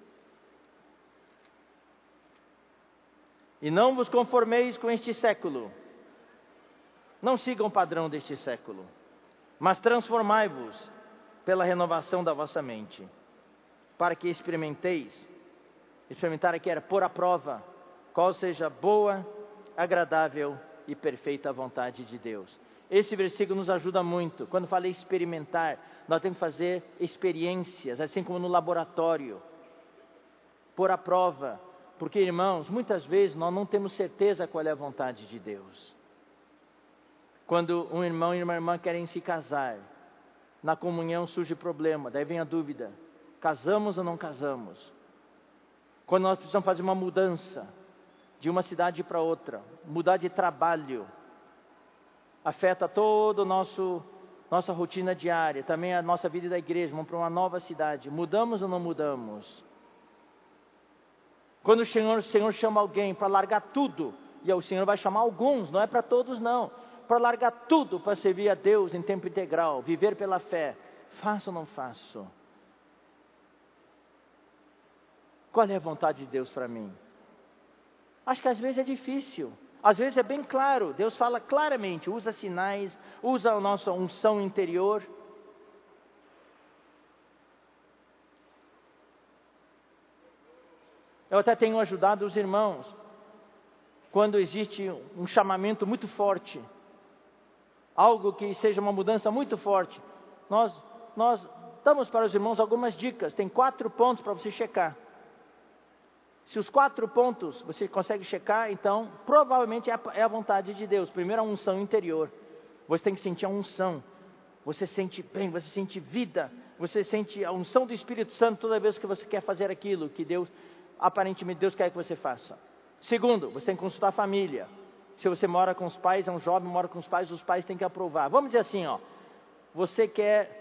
E não vos conformeis com este século. Não sigam o padrão deste século, mas transformai-vos pela renovação da vossa mente, para que experimenteis. Experimentar aqui era pôr à prova qual seja boa, agradável e perfeita vontade de Deus. Esse versículo nos ajuda muito. Quando falei experimentar, nós temos que fazer experiências, assim como no laboratório. Pôr à prova. Porque, irmãos, muitas vezes nós não temos certeza qual é a vontade de Deus. Quando um irmão e uma irmã querem se casar, na comunhão surge problema, daí vem a dúvida: casamos ou não casamos? Quando nós precisamos fazer uma mudança de uma cidade para outra, mudar de trabalho, afeta toda a nossa rotina diária, também a nossa vida da igreja. Vamos para uma nova cidade, mudamos ou não mudamos? Quando o Senhor chama alguém para largar tudo, e o Senhor vai chamar alguns, não é para todos não, para largar tudo para servir a Deus em tempo integral, viver pela fé, faço ou não faço? Qual é a vontade de Deus para mim? Acho que às vezes é difícil. Às vezes é bem claro, Deus fala claramente, usa sinais, usa a nossa unção interior. Eu até tenho ajudado os irmãos, quando existe um chamamento muito forte, algo que seja uma mudança muito forte, nós damos para os irmãos algumas dicas, tem 4 pontos para você checar. Se os 4 pontos você consegue checar, então provavelmente é a vontade de Deus. Primeiro, a unção interior. Você tem que sentir a unção. Você sente bem, você sente vida. Você sente a unção do Espírito Santo toda vez que você quer fazer aquilo que aparentemente Deus quer que você faça. Segundo, você tem que consultar a família. Se você mora com os pais, é um jovem, mora com os pais têm que aprovar. Vamos dizer assim, você quer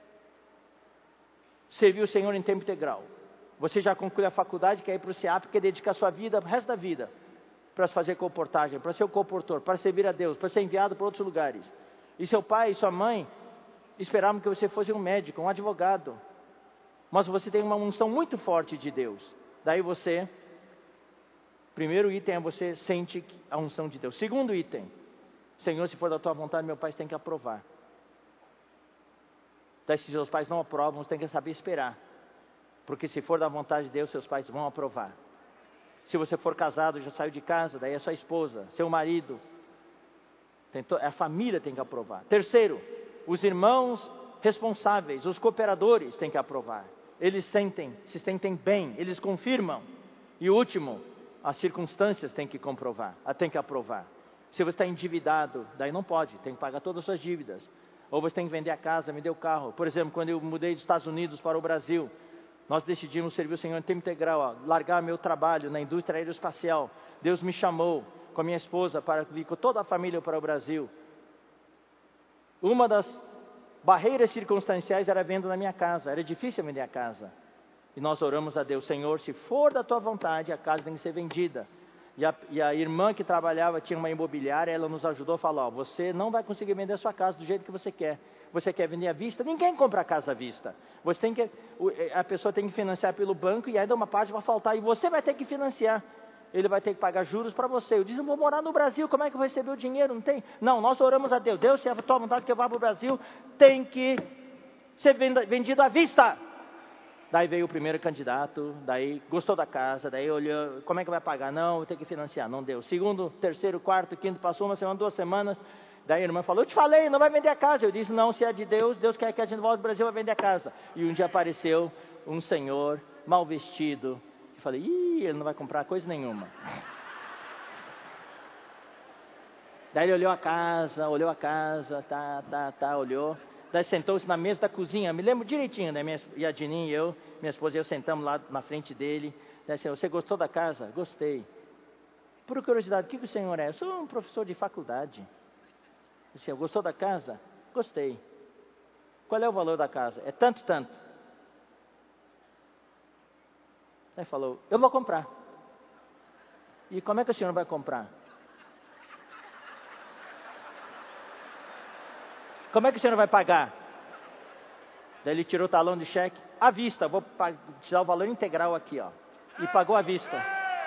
servir o Senhor em tempo integral. Você já concluiu a faculdade, quer ir para o CEAP, quer dedicar sua vida, o resto da vida, para fazer comportagem, para ser o comportor, para servir a Deus, para ser enviado para outros lugares. E seu pai e sua mãe esperavam que você fosse um médico, um advogado. Mas você tem uma unção muito forte de Deus. Daí primeiro item é você sente a unção de Deus. Segundo item, Senhor, se for da tua vontade, meu pai tem que aprovar. Daí se seus pais não aprovam, você tem que saber esperar. Porque se for da vontade de Deus, seus pais vão aprovar. Se você for casado, já saiu de casa, daí é sua esposa, seu marido. A família tem que aprovar. Terceiro, os irmãos responsáveis, os cooperadores têm que aprovar. Eles se sentem bem, eles confirmam. E o último, as circunstâncias têm que aprovar. Se você está endividado, daí não pode, tem que pagar todas as suas dívidas. Ou você tem que vender a casa, vender o carro. Por exemplo, quando eu mudei dos Estados Unidos para o Brasil, nós decidimos servir o Senhor em tempo integral, largar meu trabalho na indústria aeroespacial. Deus me chamou com a minha esposa para vir com toda a família para o Brasil. Uma das barreiras circunstanciais era a venda da minha casa, era difícil vender a casa. E nós oramos a Deus, Senhor, se for da tua vontade, a casa tem que ser vendida. E a irmã que trabalhava, tinha uma imobiliária, ela nos ajudou, falou, você não vai conseguir vender a sua casa do jeito que você quer. Você quer vender à vista? Ninguém compra casa à vista. A pessoa tem que financiar pelo banco e ainda uma parte vai faltar. E você vai ter que financiar. Ele vai ter que pagar juros para você. Eu disse, eu vou morar no Brasil, como é que eu vou receber o dinheiro? Não tem. Não, nós oramos a Deus. Deus, se é a tua vontade que eu vá para o Brasil, tem que ser vendido à vista. Daí veio o primeiro candidato, daí gostou da casa, daí olhou, como é que vai pagar? Não, vou ter que financiar, não deu. Segundo, terceiro, quarto, quinto, passou uma semana, 2 semanas. Daí a irmã falou, eu te falei, não vai vender a casa. Eu disse, não, se é de Deus, Deus quer que a gente volte ao Brasil, vai vender a casa. E um dia apareceu um senhor, mal vestido. Eu falei, ele não vai comprar coisa nenhuma. Daí ele olhou a casa, olhou. Daí sentou-se na mesa da cozinha, me lembro direitinho, né? E a Dininha e eu, minha esposa e eu sentamos lá na frente dele. Daí disse, você gostou da casa? Gostei. Por curiosidade, o que o senhor é? Eu sou um professor de faculdade. Disse, gostou da casa? Gostei. Qual é o valor da casa? É tanto. Aí falou, eu vou comprar. E como é que o senhor vai comprar? Como é que o senhor vai pagar? Daí ele tirou o talão de cheque, à vista, vou te dar o valor integral aqui, e pagou à vista.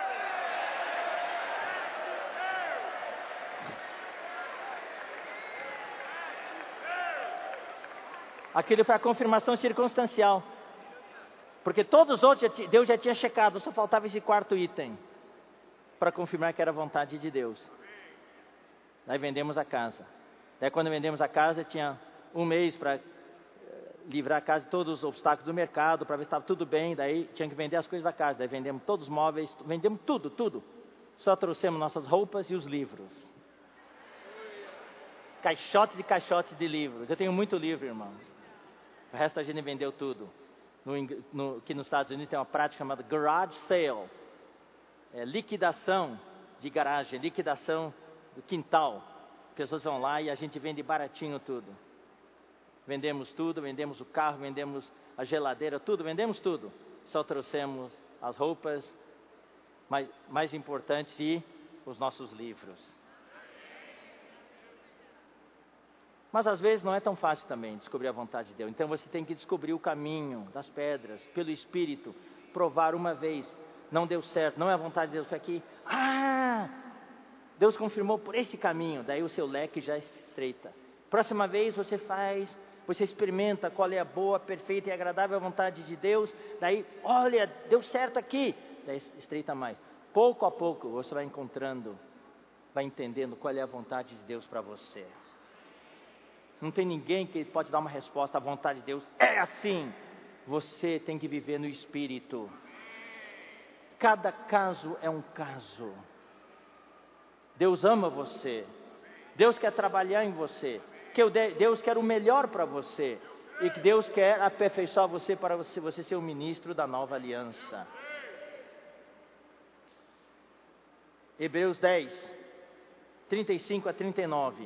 Aquilo foi a confirmação circunstancial. Porque todos os outros, Deus já tinha checado, só faltava esse 4º item, para confirmar que era a vontade de Deus. Daí vendemos a casa. Daí quando vendemos a casa, tinha 1 mês para livrar a casa de todos os obstáculos do mercado, para ver se estava tudo bem. Daí tinha que vender as coisas da casa. Daí vendemos todos os móveis, vendemos tudo. Só trouxemos nossas roupas e os livros. Caixotes e caixotes de livros. Eu tenho muito livro, irmãos. O resto a gente vendeu tudo. Aqui nos Estados Unidos tem uma prática chamada garage sale. É liquidação de garagem, liquidação do quintal. Pessoas vão lá e a gente vende baratinho tudo. Vendemos tudo, vendemos o carro, vendemos a geladeira, tudo, vendemos tudo. Só trouxemos as roupas, mais importantes, e os nossos livros. Mas às vezes não é tão fácil também descobrir a vontade de Deus. Então você tem que descobrir o caminho das pedras, pelo Espírito, provar uma vez. Não deu certo, não é a vontade de Deus, foi aqui. Deus confirmou por esse caminho, daí o seu leque já estreita. Próxima vez você experimenta qual é a boa, perfeita e agradável vontade de Deus, daí, olha, deu certo aqui, daí estreita mais. Pouco a pouco você vai encontrando, vai entendendo qual é a vontade de Deus para você. Não tem ninguém que pode dar uma resposta, a vontade de Deus é assim. Você tem que viver no Espírito. Cada caso é um caso. Deus ama você. Deus quer trabalhar em você. Deus quer o melhor para você. E que Deus quer aperfeiçoar você para você ser o ministro da nova aliança. Hebreus 10, 35 a 39.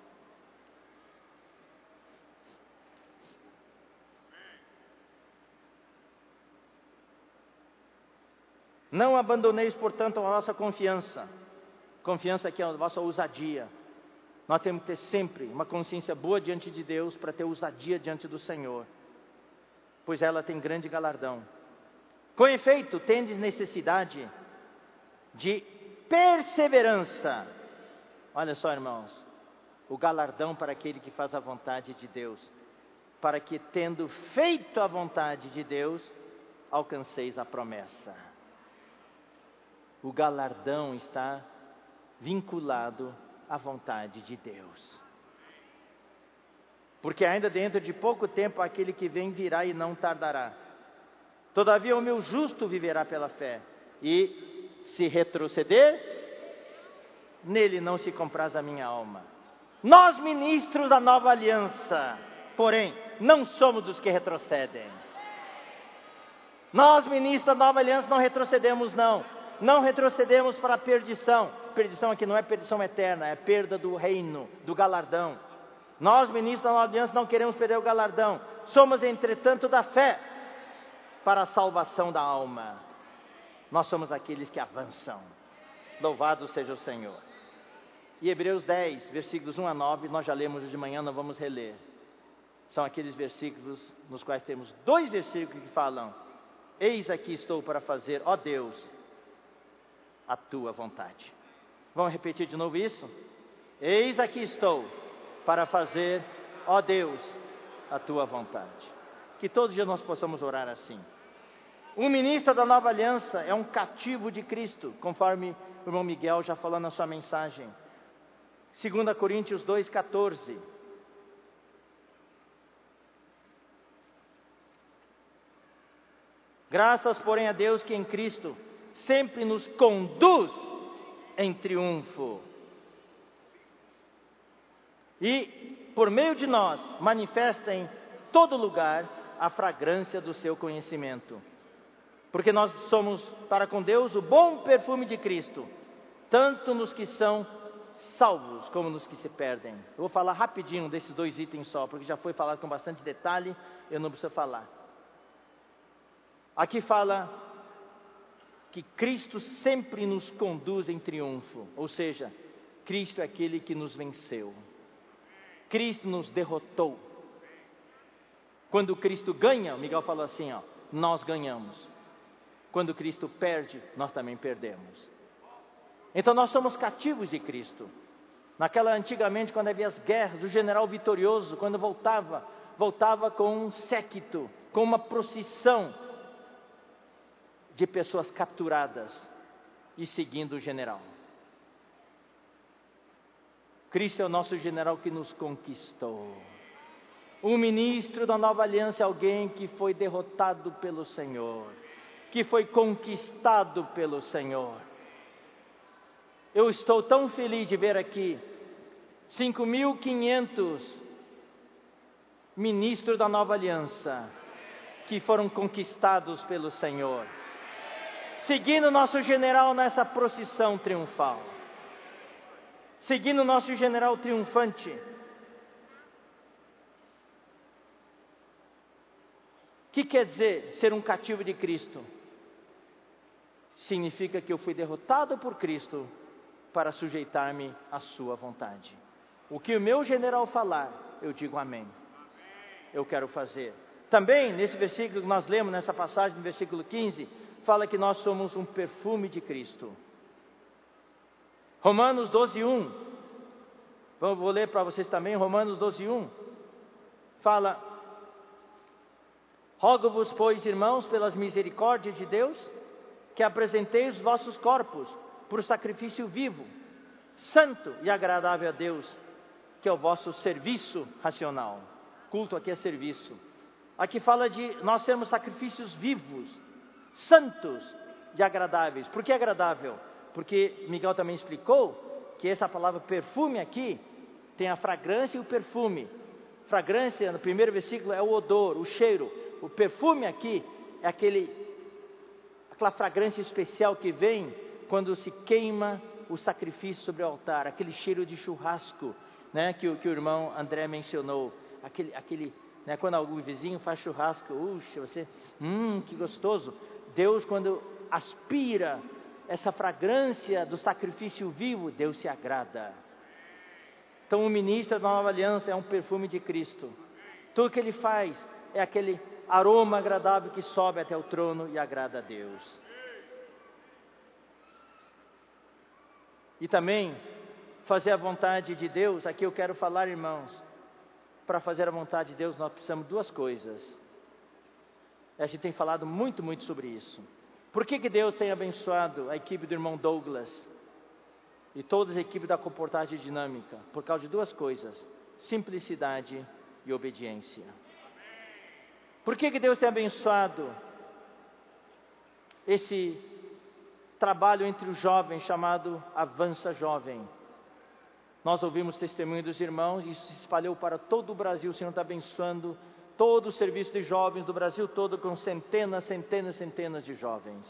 Não abandoneis, portanto, a vossa confiança. Confiança que é a vossa ousadia. Nós temos que ter sempre uma consciência boa diante de Deus para ter ousadia diante do Senhor, pois ela tem grande galardão. Com efeito, tendes necessidade de perseverança. Olha só, irmãos, o galardão para aquele que faz a vontade de Deus, para que, tendo feito a vontade de Deus, alcanceis a promessa. O galardão está vinculado à vontade de Deus. Porque ainda dentro de pouco tempo aquele que vem virá e não tardará. Todavia o meu justo viverá pela fé. E se retroceder, nele não se compraz a minha alma. Nós, ministros da nova aliança, porém, não somos dos que retrocedem. Nós, ministros da nova aliança, não retrocedemos não. Não retrocedemos para a perdição. Perdição aqui não é perdição eterna, é perda do reino, do galardão. Nós, ministros da nova aliança, não queremos perder o galardão. Somos, entretanto, da fé para a salvação da alma. Nós somos aqueles que avançam. Louvado seja o Senhor. E Hebreus 10, versículos 1 a 9, nós já lemos de manhã, não vamos reler. São aqueles versículos nos quais temos 2 versículos que falam: eis aqui estou para fazer, ó Deus, a tua vontade. Vamos repetir de novo isso? Eis aqui estou para fazer, ó Deus, a tua vontade. Que todos os dias nós possamos orar assim. Um ministro da nova aliança é um cativo de Cristo, conforme o irmão Miguel já falou na sua mensagem. 2 Coríntios 2,14. Graças, porém, a Deus que em Cristo sempre nos conduz em triunfo. E, por meio de nós, manifesta em todo lugar a fragrância do seu conhecimento. Porque nós somos para com Deus o bom perfume de Cristo, tanto nos que são salvos como nos que se perdem. Eu vou falar rapidinho desses 2 itens só, porque já foi falado com bastante detalhe, eu não preciso falar. Aqui fala que Cristo sempre nos conduz em triunfo, ou seja, Cristo é aquele que nos venceu. Cristo nos derrotou. Quando Cristo ganha, Miguel falou assim, ó, nós ganhamos. Quando Cristo perde, nós também perdemos. Então nós somos cativos de Cristo. Antigamente, quando havia as guerras, o general vitorioso, quando voltava com um séquito, com uma procissão de pessoas capturadas e seguindo o general. Cristo é o nosso general que nos conquistou. Um ministro da nova aliança é alguém que foi derrotado pelo Senhor, que foi conquistado pelo Senhor. Eu estou tão feliz de ver aqui 5.500 ministros da nova aliança que foram conquistados pelo Senhor, seguindo nosso general nessa procissão triunfal, seguindo nosso general triunfante. O que quer dizer ser um cativo de Cristo? Significa que eu fui derrotado por Cristo para sujeitar-me à sua vontade. O que o meu general falar, eu digo amém. Eu quero fazer. Também, nesse versículo que nós lemos, nessa passagem, no versículo 15, fala que nós somos um perfume de Cristo. Romanos 12:1. Vou ler para vocês também, Romanos 12:1. Fala: rogo-vos, pois, irmãos, pelas misericórdias de Deus, que apresenteis os vossos corpos por sacrifício vivo, santo e agradável a Deus, que é o vosso serviço racional. Culto aqui é serviço. Aqui fala de nós sermos sacrifícios vivos, santos e agradáveis. Por que agradável? Porque Miguel também explicou que essa palavra perfume aqui tem a fragrância e o perfume. Fragrância, no primeiro versículo, é o odor, o cheiro. O perfume aqui é aquela fragrância especial que vem quando se queima o sacrifício sobre o altar. Aquele cheiro de churrasco, né, que o irmão André mencionou. Aquele né, quando algum vizinho faz churrasco, você, que gostoso. Deus, quando aspira essa fragrância do sacrifício vivo, Deus se agrada. Então o ministro da nova aliança é um perfume de Cristo. Tudo que ele faz é aquele aroma agradável que sobe até o trono e agrada a Deus. E também fazer a vontade de Deus. Aqui eu quero falar, irmãos, para fazer a vontade de Deus nós precisamos de duas coisas. A gente tem falado muito sobre isso. Por que Deus tem abençoado a equipe do irmão Douglas e todas as equipes da Comportagem Dinâmica? Por causa de duas coisas: simplicidade e obediência. Por que Deus tem abençoado esse trabalho entre os jovens chamado Avança Jovem? Nós ouvimos testemunho dos irmãos e isso se espalhou para todo o Brasil. O Senhor está abençoando todo o serviço de jovens do Brasil todo, com centenas de jovens.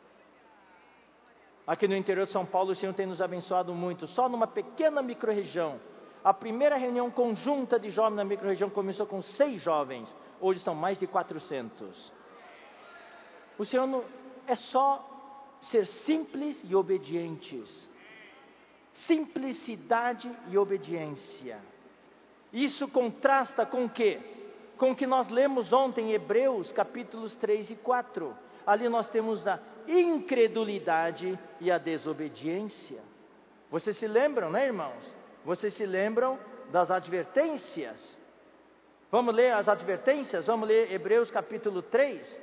Aqui no interior de São Paulo, o Senhor tem nos abençoado muito. Só numa pequena microrregião, a primeira reunião conjunta de jovens na microrregião começou com 6 jovens. Hoje são mais de 400. O Senhor não é só ser simples e obedientes. Simplicidade e obediência. Isso contrasta com o quê? Com o que nós lemos ontem em Hebreus, capítulos 3 e 4. Ali nós temos a incredulidade e a desobediência. Vocês se lembram, né, irmãos? Vocês se lembram das advertências? Vamos ler as advertências? Vamos ler Hebreus capítulo 3.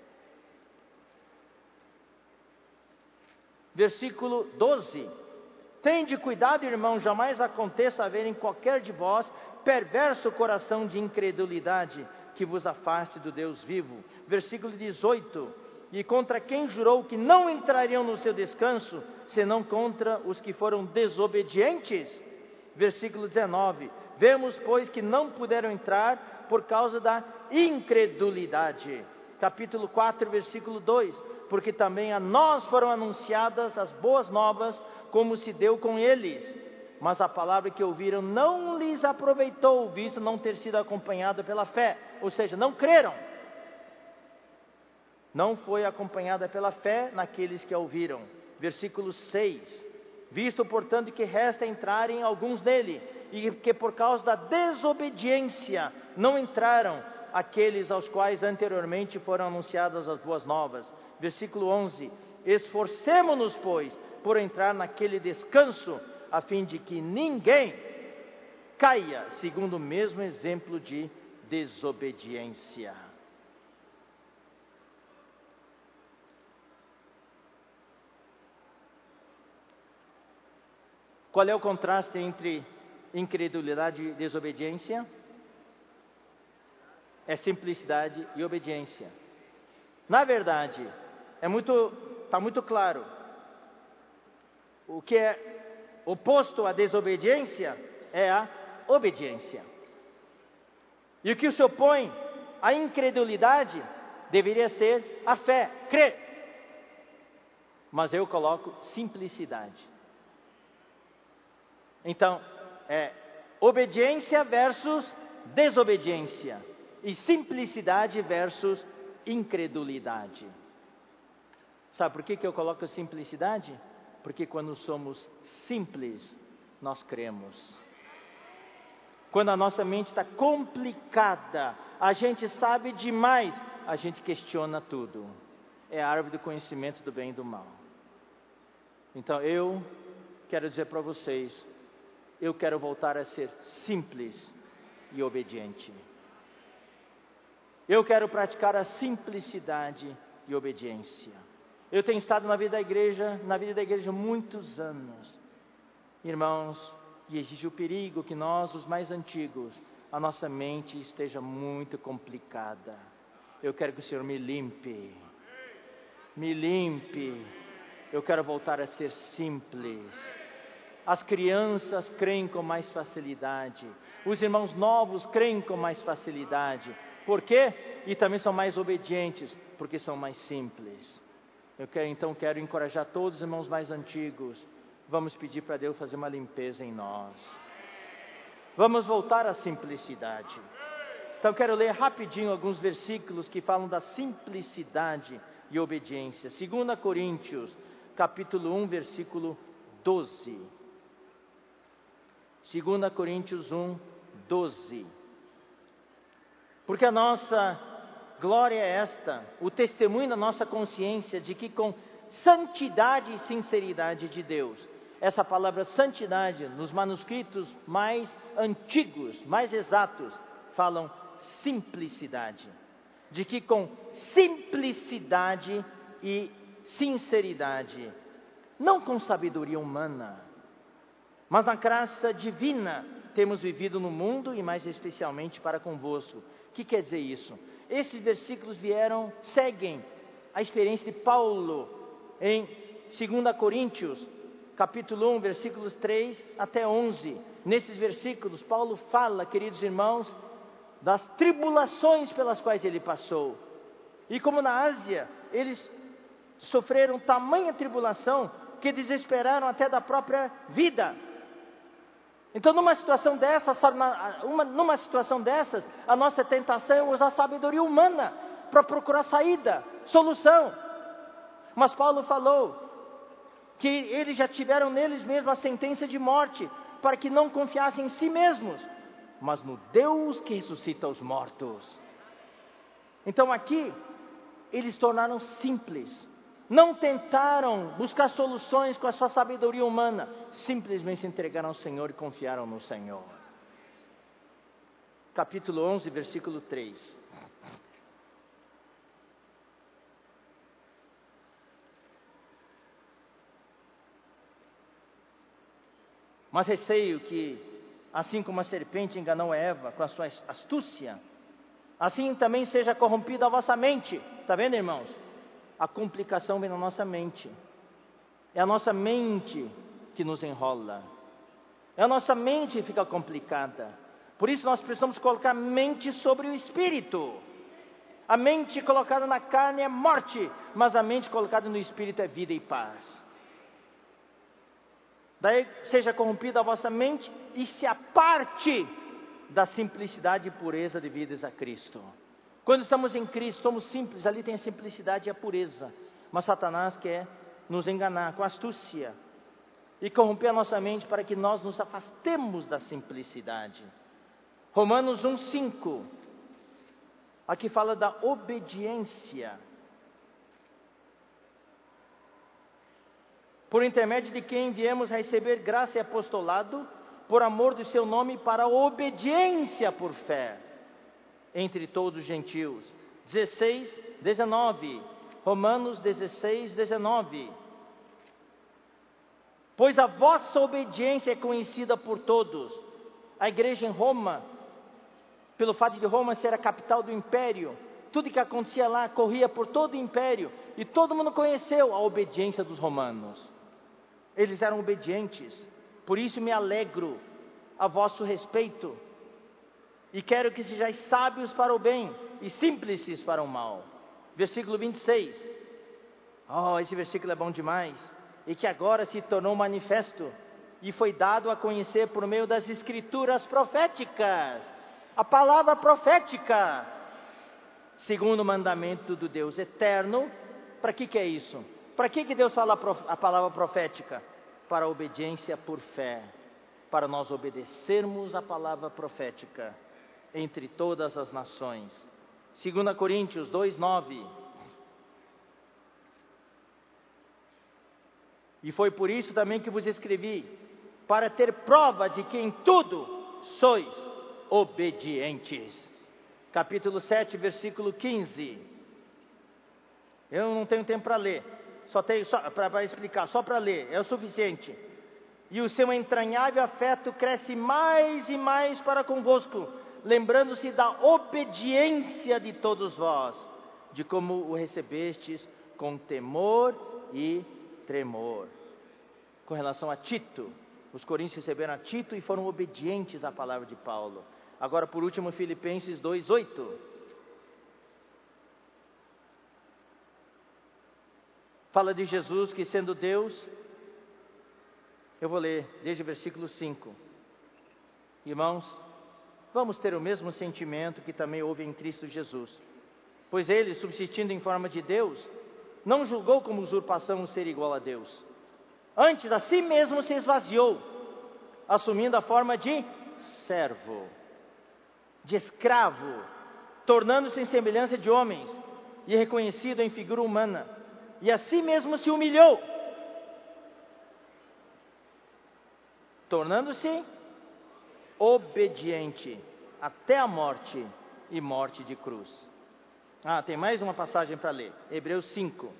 Versículo 12. Tende cuidado, irmão, jamais aconteça haver em qualquer de vós perverso coração de incredulidade que vos afaste do Deus vivo. Versículo 18. E contra quem jurou que não entrariam no seu descanso, senão contra os que foram desobedientes? Versículo 19. Vemos, pois, que não puderam entrar por causa da incredulidade. Capítulo 4, versículo 2. Porque também a nós foram anunciadas as boas novas, como se deu com eles. Mas a palavra que ouviram não lhes aproveitou, visto não ter sido acompanhada pela fé. Ou seja, não creram. Não foi acompanhada pela fé naqueles que a ouviram. Versículo 6. Visto, portanto, que resta entrarem alguns nele, e que por causa da desobediência não entraram aqueles aos quais anteriormente foram anunciadas as boas novas. Versículo 11. Esforcemo-nos, pois, por entrar naquele descanso, a fim de que ninguém caia segundo o mesmo exemplo de desobediência. Qual é o contraste entre incredulidade e desobediência? É simplicidade e obediência. Na verdade, está muito claro. O que é oposto à desobediência é a obediência. E o que se opõe à incredulidade deveria ser a fé, crer. Mas eu coloco simplicidade. Então, é obediência versus desobediência. E simplicidade versus incredulidade. Sabe por que eu coloco simplicidade? Porque quando somos simples, nós cremos. Quando a nossa mente está complicada, a gente sabe demais, a gente questiona tudo. É a árvore do conhecimento do bem e do mal. Então eu quero dizer para vocês, eu quero voltar a ser simples e obediente. Eu quero praticar a simplicidade e obediência. Eu tenho estado na vida da igreja muitos anos, irmãos, e existe o perigo que nós, os mais antigos, a nossa mente esteja muito complicada. Eu quero que o Senhor me limpe. Eu quero voltar a ser simples. As crianças creem com mais facilidade. Os irmãos novos creem com mais facilidade. Por quê? E também são mais obedientes, porque são mais simples. Eu quero encorajar todos os irmãos mais antigos. Vamos pedir para Deus fazer uma limpeza em nós. Vamos voltar à simplicidade. Então quero ler rapidinho alguns versículos que falam da simplicidade e obediência. 2 Coríntios, capítulo 1, versículo 12. 2 Coríntios 1, 12. Porque a nossa glória é esta, o testemunho da nossa consciência de que com santidade e sinceridade de Deus, essa palavra santidade nos manuscritos mais antigos, mais exatos, falam simplicidade. De que com simplicidade e sinceridade, não com sabedoria humana, mas na graça divina, temos vivido no mundo e mais especialmente para convosco. O que quer dizer isso? Esses versículos seguem a experiência de Paulo em 2 Coríntios, capítulo 1, versículos 3 até 11. Nesses versículos, Paulo fala, queridos irmãos, das tribulações pelas quais ele passou. E como na Ásia, eles sofreram tamanha tribulação que desesperaram até da própria vida. Então numa situação dessas, a nossa tentação é usar a sabedoria humana para procurar saída, solução. Mas Paulo falou que eles já tiveram neles mesmos a sentença de morte, para que não confiassem em si mesmos, mas no Deus que ressuscita os mortos. Então aqui, eles tornaram simples. Não tentaram buscar soluções com a sua sabedoria humana. Simplesmente entregaram ao Senhor e confiaram no Senhor. Capítulo 11, versículo 3. Mas receio que, assim como a serpente enganou Eva com a sua astúcia, assim também seja corrompida a vossa mente. Está vendo, irmãos? A complicação vem na nossa mente. É a nossa mente que nos enrola. É a nossa mente que fica complicada. Por isso nós precisamos colocar a mente sobre o espírito. A mente colocada na carne é morte, mas a mente colocada no espírito é vida e paz. Daí seja corrompida a vossa mente e se aparte da simplicidade e pureza devidas a Cristo. Quando estamos em Cristo, somos simples, ali tem a simplicidade e a pureza. Mas Satanás quer nos enganar com astúcia e corromper a nossa mente para que nós nos afastemos da simplicidade. Romanos 1:5, aqui fala da obediência. Por intermédio de quem viemos a receber graça e apostolado, por amor do seu nome, para a obediência por fé entre todos os gentios. 16:19, Romanos 16:19. Pois a vossa obediência é conhecida por todos. A igreja em Roma, pelo fato de Roma ser a capital do império, tudo que acontecia lá corria por todo o império, e todo mundo conheceu a obediência dos romanos. Eles eram obedientes, por isso me alegro a vosso respeito, e quero que sejais sábios para o bem e simples para o mal. Versículo 26. Esse versículo é bom demais. E que agora se tornou manifesto e foi dado a conhecer por meio das escrituras proféticas. A palavra profética, segundo o mandamento do Deus eterno. Para que é isso? Para que Deus fala a palavra profética? Para a obediência por fé, para nós obedecermos a palavra profética entre todas as nações. 2 Coríntios 2:9. E foi por isso também que vos escrevi, para ter prova de que em tudo sois obedientes. Capítulo 7, versículo 15. Eu não tenho tempo para ler, só para explicar, só para ler, é o suficiente. E o seu entranhável afeto cresce mais e mais para convosco, lembrando-se da obediência de todos vós, de como o recebestes com temor e tremor. Com relação a Tito, os coríntios receberam a Tito e foram obedientes à palavra de Paulo. Agora, por último, Filipenses 2:8. Fala de Jesus que, sendo Deus, eu vou ler desde o versículo 5. Irmãos, vamos ter o mesmo sentimento que também houve em Cristo Jesus. Pois ele, subsistindo em forma de Deus, não julgou como usurpação o ser igual a Deus. Antes, a si mesmo se esvaziou, assumindo a forma de servo, de escravo, tornando-se em semelhança de homens, e reconhecido em figura humana, e a si mesmo se humilhou, tornando-se obediente até a morte e morte de cruz. Tem mais uma passagem para ler. Hebreus 5.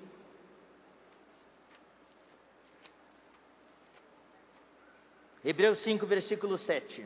Hebreus 5, versículo 7.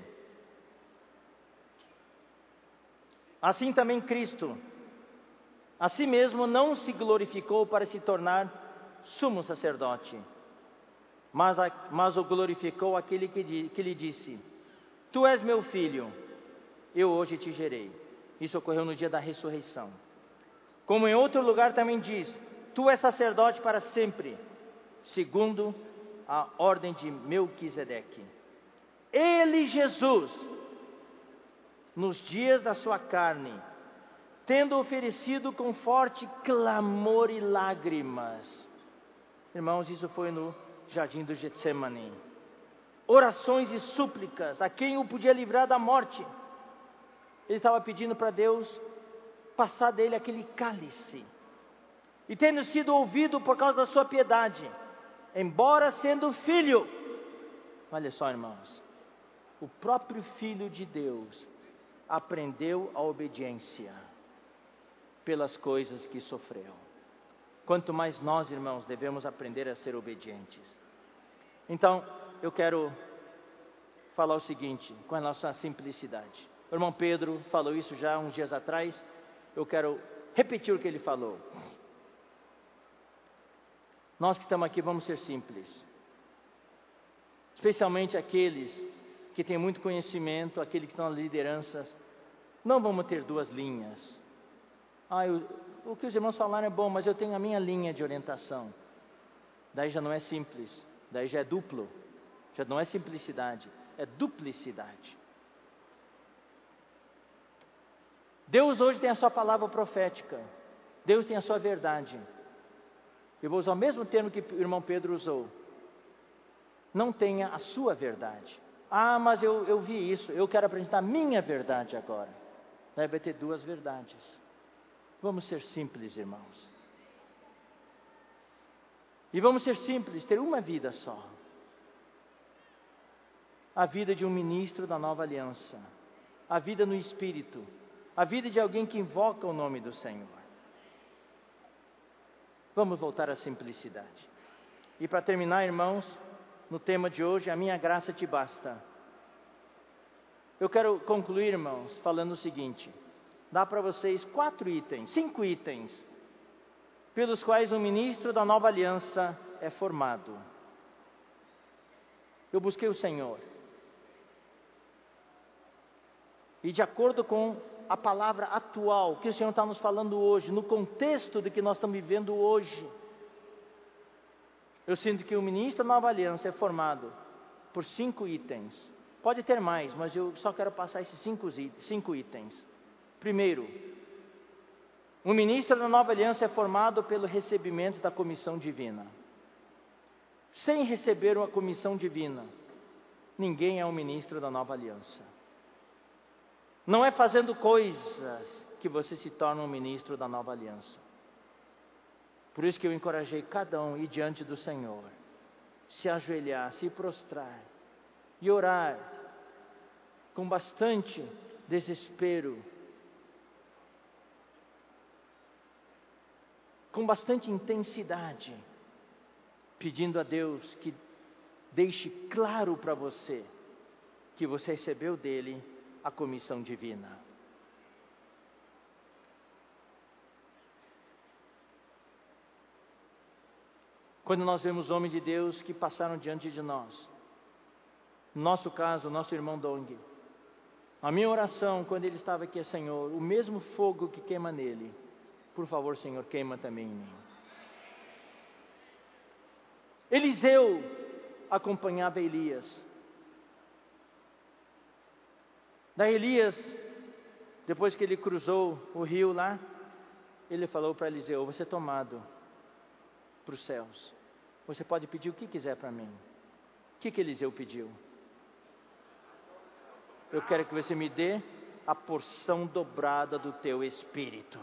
Assim também Cristo, a si mesmo não se glorificou para se tornar sumo sacerdote, mas o glorificou aquele que lhe disse: Tu és meu filho, eu hoje te gerei. Isso ocorreu no dia da ressurreição. Como em outro lugar também diz: Tu és sacerdote para sempre, segundo a ordem de Melquisedeque. Ele, Jesus, nos dias da sua carne, tendo oferecido com forte clamor e lágrimas. Irmãos, isso foi no jardim do Getsemane. Orações e súplicas a quem o podia livrar da morte. Ele estava pedindo para Deus passar dele aquele cálice. E tendo sido ouvido por causa da sua piedade, embora sendo filho. Olha só, irmãos, o próprio Filho de Deus aprendeu a obediência pelas coisas que sofreu. Quanto mais nós, irmãos, devemos aprender a ser obedientes. Então, eu quero falar o seguinte, com relação à simplicidade. O irmão Pedro falou isso já uns dias atrás, eu quero repetir o que ele falou. Nós que estamos aqui vamos ser simples. Especialmente aqueles que têm muito conhecimento, aqueles que estão nas lideranças. Não vamos ter duas linhas. O que os irmãos falaram é bom, mas eu tenho a minha linha de orientação. Daí já não é simples, daí já é duplo. Já não é simplicidade, é duplicidade. Deus hoje tem a sua palavra profética. Deus tem a sua verdade. Eu vou usar o mesmo termo que o irmão Pedro usou. Não tenha a sua verdade. Mas eu vi isso, eu quero apresentar a minha verdade agora. Daí vai ter duas verdades. Vamos ser simples, irmãos. E vamos ser simples, ter uma vida só. A vida de um ministro da nova aliança. A vida no Espírito. A vida de alguém que invoca o nome do Senhor. Vamos voltar à simplicidade. E para terminar, irmãos, no tema de hoje, a minha graça te basta. Eu quero concluir, irmãos, falando o seguinte. Dá para vocês 5 itens, pelos quais um ministro da nova aliança é formado. Eu busquei o Senhor. E de acordo com a palavra atual, que o Senhor está nos falando hoje, no contexto do que nós estamos vivendo hoje, eu sinto que o ministro da nova aliança é formado por 5 itens. Pode ter mais, mas eu só quero passar esses 5 itens. Primeiro, o ministro da nova aliança é formado pelo recebimento da comissão divina. Sem receber uma comissão divina, ninguém é um ministro da nova aliança. Não é fazendo coisas que você se torna um ministro da nova aliança. Por isso que eu encorajei cada um a ir diante do Senhor se ajoelhar, se prostrar e orar com bastante desespero, com bastante intensidade, pedindo a Deus que deixe claro para você que você recebeu dele a comissão divina. Quando nós vemos homens de Deus que passaram diante de nós, no nosso caso, o nosso irmão Dong, a minha oração quando ele estava aqui é: Senhor, o mesmo fogo que queima nele, por favor, Senhor, queima também em mim. Eliseu acompanhava Elias. Daí Elias, depois que ele cruzou o rio lá, ele falou para Eliseu: você é tomado para os céus, você pode pedir o que quiser para mim. O que Eliseu pediu? Eu quero que você me dê a porção dobrada do teu espírito.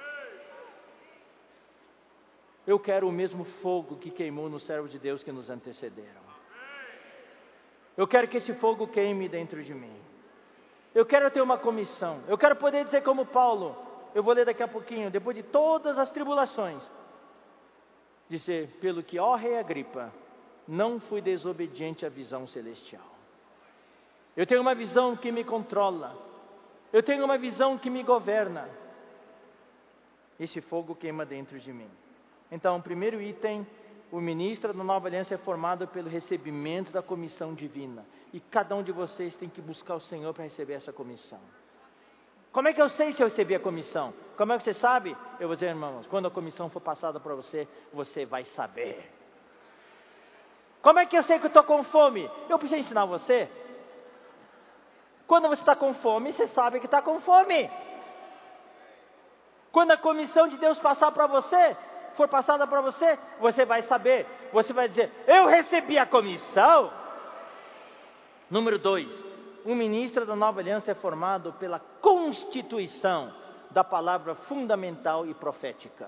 Eu quero o mesmo fogo que queimou nos servos de Deus que nos antecederam. Eu quero que esse fogo queime dentro de mim. Eu quero ter uma comissão. Eu quero poder dizer como Paulo, eu vou ler daqui a pouquinho, depois de todas as tribulações, dizer: pelo que, ó rei Agripa, não fui desobediente à visão celestial. Eu tenho uma visão que me controla. Eu tenho uma visão que me governa. Esse fogo queima dentro de mim. Então, o primeiro item: o ministro da Nova Aliança é formado pelo recebimento da comissão divina. E cada um de vocês tem que buscar o Senhor para receber essa comissão. Como é que eu sei se eu recebi a comissão? Como é que você sabe? Eu vou dizer, irmãos, quando a comissão for passada para você, você vai saber. Como é que eu sei que eu estou com fome? Eu preciso ensinar você. Quando você está com fome, você sabe que está com fome. Quando a comissão de Deus passar para você, for passada para você, você vai saber. Você vai dizer: eu recebi a comissão. Número 2, um ministro da Nova Aliança é formado pela constituição da palavra fundamental e profética.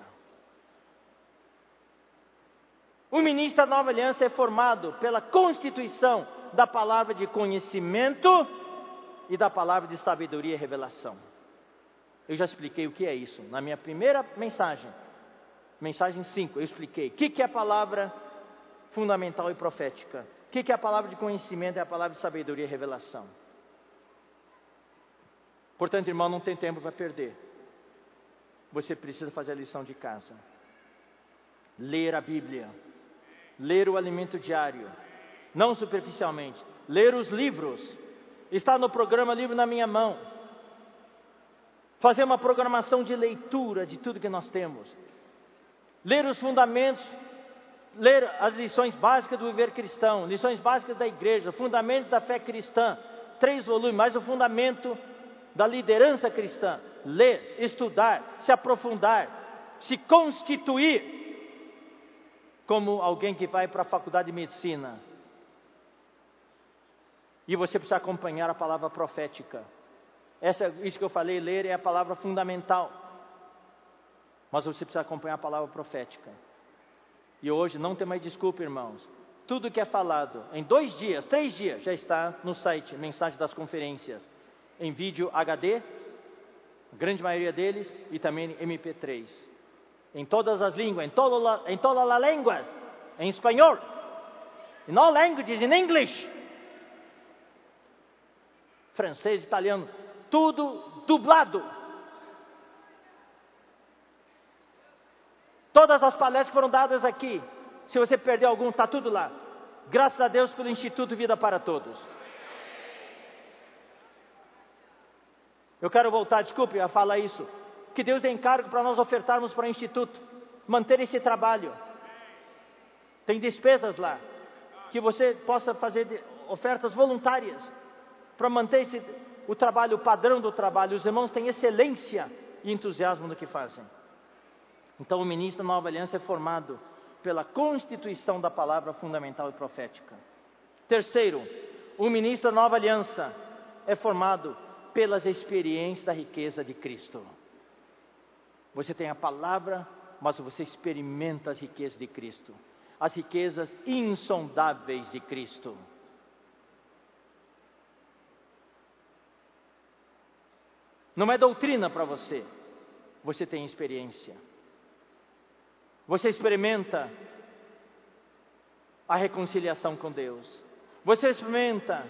O ministro da Nova Aliança é formado pela constituição da palavra de conhecimento e da palavra de sabedoria e revelação. Eu já expliquei o que é isso. Na minha primeira mensagem 5, eu expliquei o que é a palavra fundamental e profética. O que é a palavra de conhecimento e a palavra de sabedoria e revelação. Portanto, irmão, não tem tempo para perder. Você precisa fazer a lição de casa. Ler a Bíblia. Ler o alimento diário. Não superficialmente. Ler os livros. Está no programa Livro na Minha Mão. Fazer uma programação de leitura de tudo que nós temos. Ler os fundamentos. Ler as lições básicas do viver cristão. Lições básicas da igreja. Fundamentos da fé cristã. 3 volumes, mais o fundamento da liderança cristã. Ler, estudar, se aprofundar, se constituir como alguém que vai para a faculdade de medicina. E você precisa acompanhar a palavra profética. Isso que eu falei, ler, é a palavra fundamental. Mas você precisa acompanhar a palavra profética. E hoje não tem mais desculpa, irmãos. Tudo que é falado em 2 dias, 3 dias, já está no site, mensagem das conferências. Em vídeo HD, a grande maioria deles, e também em MP3. Em todas as línguas, em todas as línguas, em espanhol, in all languages, in English, francês, italiano, tudo dublado. Todas as palestras que foram dadas aqui, se você perdeu algum, está tudo lá. Graças a Deus pelo Instituto Vida para Todos. Eu quero voltar, desculpe a falar isso, que Deus dê encargo para nós ofertarmos para o Instituto, manter esse trabalho. Tem despesas lá, que você possa fazer ofertas voluntárias, para manter o trabalho, o padrão do trabalho. Os irmãos têm excelência e entusiasmo no que fazem. Então o ministro da Nova Aliança é formado pela constituição da palavra fundamental e profética. Terceiro, o ministro da Nova Aliança é formado pelas experiências da riqueza de Cristo. Você tem a palavra, mas você experimenta as riquezas de Cristo. as riquezas insondáveis de Cristo. Não é doutrina para você, você tem experiência. Você experimenta a reconciliação com Deus. Você experimenta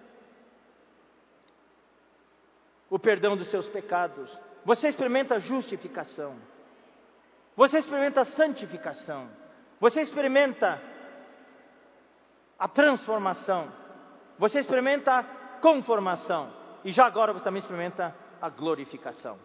o perdão dos seus pecados. Você experimenta a justificação. Você experimenta a santificação. Você experimenta a transformação. Você experimenta a conformação. E já agora você também experimenta a glorificação.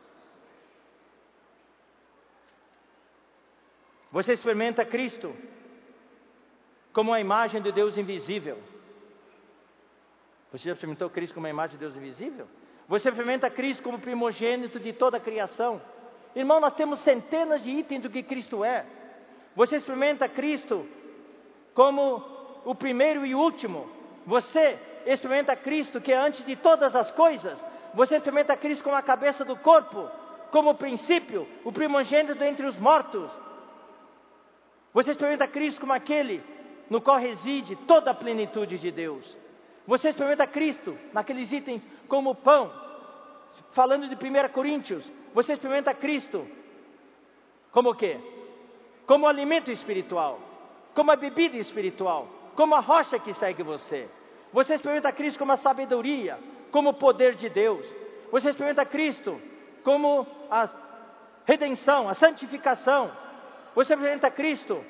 Você experimenta Cristo como a imagem de Deus invisível. Você já experimentou Cristo como a imagem de Deus invisível? Você experimenta Cristo como primogênito de toda a criação. Irmão, nós temos centenas de itens do que Cristo é. Você experimenta Cristo como o primeiro e o último. Você experimenta Cristo que é antes de todas as coisas. Você experimenta Cristo como a cabeça do corpo, como o princípio, o primogênito entre os mortos. Você experimenta Cristo como aquele no qual reside toda a plenitude de Deus. Você experimenta Cristo naqueles itens como o pão. Falando de 1 Coríntios, você experimenta Cristo como o quê? Como alimento espiritual, como a bebida espiritual, como a rocha que segue você. Você experimenta Cristo como a sabedoria, como o poder de Deus. Você experimenta Cristo como a redenção, a santificação. Você experimenta Cristo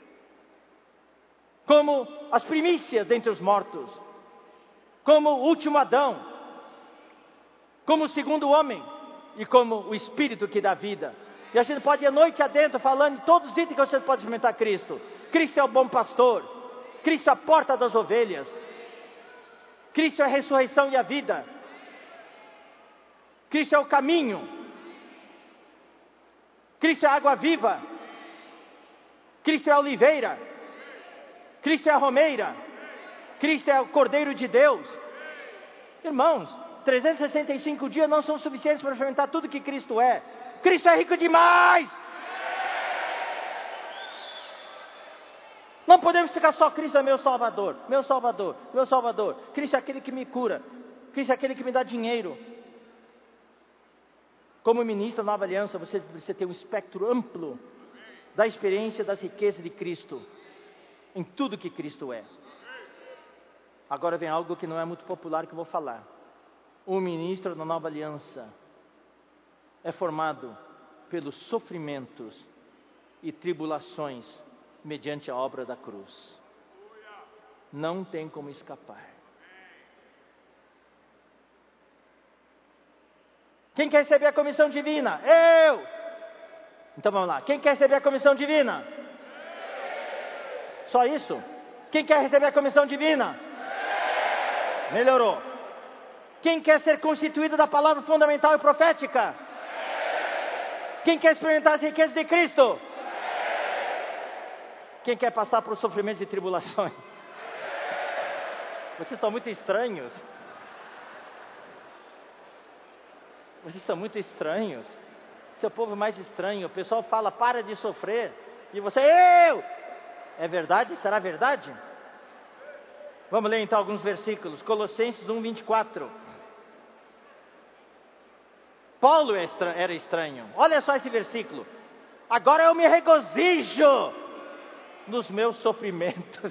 como as primícias dentre os mortos, como o último Adão, como o segundo homem e como o Espírito que dá vida. E a gente pode ir a noite adentro falando de todos os itens que você pode experimentar Cristo. Cristo é o bom pastor, Cristo é a porta das ovelhas, Cristo é a ressurreição e a vida, Cristo é o caminho, Cristo é a água viva, Cristo é a oliveira, Cristo é a romeira, Cristo é o Cordeiro de Deus. Irmãos, 365 dias não são suficientes para experimentar tudo que Cristo é. Cristo é rico demais. Não podemos ficar só, Cristo é meu Salvador, meu Salvador, meu Salvador. Cristo é aquele que me cura, Cristo é aquele que me dá dinheiro. Como ministro da Nova Aliança, você precisa ter um espectro amplo da experiência das riquezas de Cristo, em tudo que Cristo é. Agora vem algo que não é muito popular que eu vou falar. O ministro da Nova Aliança é formado pelos sofrimentos e tribulações mediante a obra da cruz. Não tem como escapar. Quem quer receber a comissão divina? Eu! Então vamos lá. Quem quer receber a comissão divina? Só isso? Quem quer receber a comissão divina? Melhorou. Quem quer ser constituído da palavra fundamental e profética? Quem quer experimentar as riquezas de Cristo? Quem quer passar por sofrimentos e tribulações? Vocês são muito estranhos. Vocês são muito estranhos. Seu povo mais estranho. O pessoal fala, para de sofrer. E você, eu! É verdade? Será verdade? Vamos ler então alguns versículos. Colossenses 1, 24. Paulo era estranho. Olha só esse versículo. Agora eu me regozijo nos meus sofrimentos.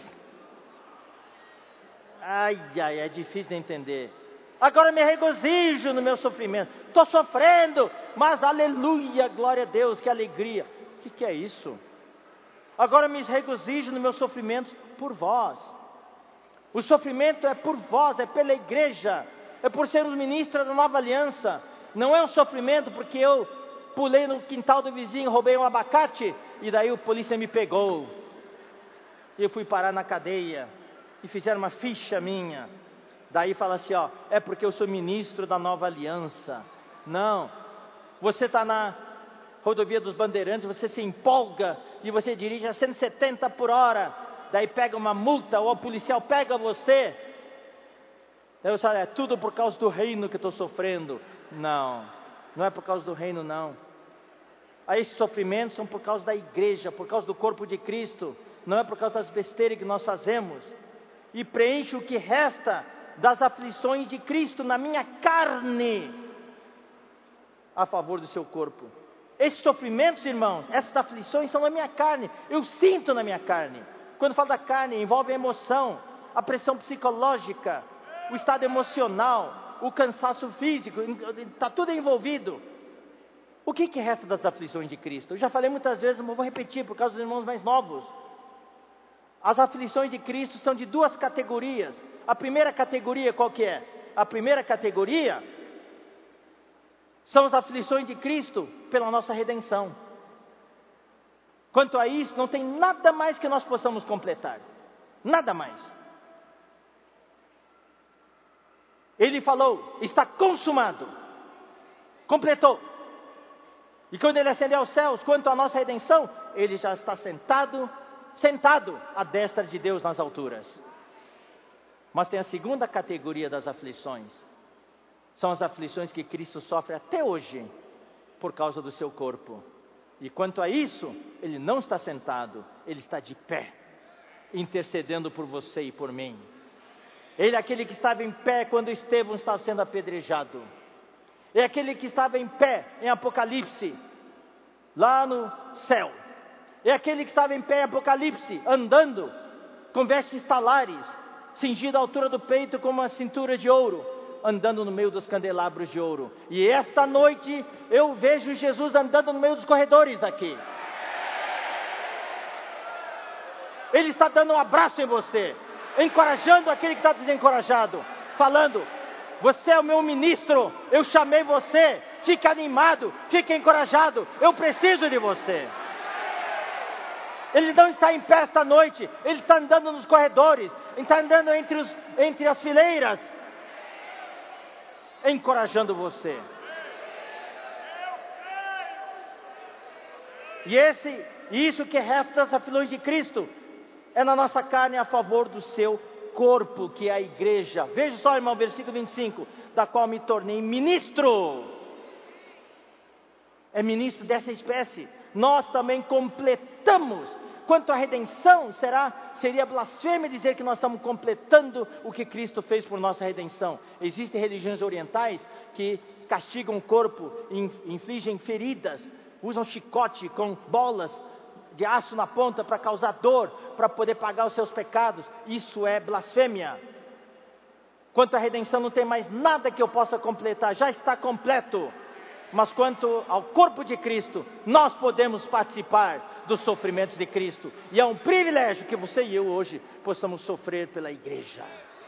Ai, ai, é difícil de entender. Agora eu me regozijo no meu sofrimento. Estou sofrendo, mas aleluia, glória a Deus, que alegria. O que é isso? Agora eu me regozijo nos meus sofrimentos por vós. O sofrimento é por vós, é pela igreja, é por ser um ministro da Nova Aliança. Não é um sofrimento porque eu pulei no quintal do vizinho, roubei um abacate e daí o polícia me pegou. E eu fui parar na cadeia e fizeram uma ficha minha. Daí fala assim, ó, é porque eu sou ministro da Nova Aliança. Não, você está na rodovia dos Bandeirantes, você se empolga e você dirige a 170 por hora. Daí pega uma multa ou o policial pega você. Daí você fala, é tudo por causa do reino que eu estou sofrendo. Não, não é por causa do reino não. Aí esses sofrimentos são por causa da igreja, por causa do corpo de Cristo. não é por causa das besteiras que nós fazemos. E preencho o que resta das aflições de Cristo na minha carne, a favor do seu corpo. Esses sofrimentos, irmãos, essas aflições são na minha carne. Eu sinto na minha carne. Quando falo da carne, envolve a emoção, a pressão psicológica, o estado emocional, o cansaço físico, está tudo envolvido. O que resta das aflições de Cristo? Eu já falei muitas vezes, mas vou repetir por causa dos irmãos mais novos. As aflições de Cristo são de duas categorias. A primeira categoria qual que é? A primeira categoria são as aflições de Cristo pela nossa redenção. Quanto a isso, não tem nada mais que nós possamos completar. Nada mais. Ele falou, está consumado. Completou. E quando ele ascendeu aos céus, quanto à nossa redenção, ele já está sentado à destra de Deus nas alturas. Mas tem a segunda categoria das aflições. São as aflições que Cristo sofre até hoje, por causa do seu corpo. E quanto a isso, ele não está sentado, ele está de pé, intercedendo por você e por mim. Ele é aquele que estava em pé quando Estevão estava sendo apedrejado. É aquele que estava em pé em Apocalipse, lá no céu. É aquele que estava em pé em Apocalipse, andando com vestes talares, cingido à altura do peito com uma cintura de ouro, andando no meio dos candelabros de ouro. E esta noite eu vejo Jesus andando no meio dos corredores aqui. Ele está dando um abraço em você, encorajando aquele que está desencorajado, falando: você é o meu ministro, eu chamei você, fique animado, fique encorajado, eu preciso de você. Ele não está em pé esta noite, ele está andando nos corredores, ele está andando entre as fileiras, encorajando você. E isso que resta das aflições de Cristo é na nossa carne a favor do seu corpo, que é a igreja. Veja só, irmão, versículo 25, da qual me tornei ministro. É ministro dessa espécie. Nós também completamos. Quanto à redenção, seria blasfêmia dizer que nós estamos completando o que Cristo fez por nossa redenção. Existem religiões orientais que castigam o corpo, infligem feridas, usam chicote com bolas de aço na ponta para causar dor, para poder pagar os seus pecados. Isso é blasfêmia. Quanto à redenção, não tem mais nada que eu possa completar, já está completo. Mas quanto ao corpo de Cristo, nós podemos participar dos sofrimentos de Cristo. E é um privilégio que você e eu hoje possamos sofrer pela igreja.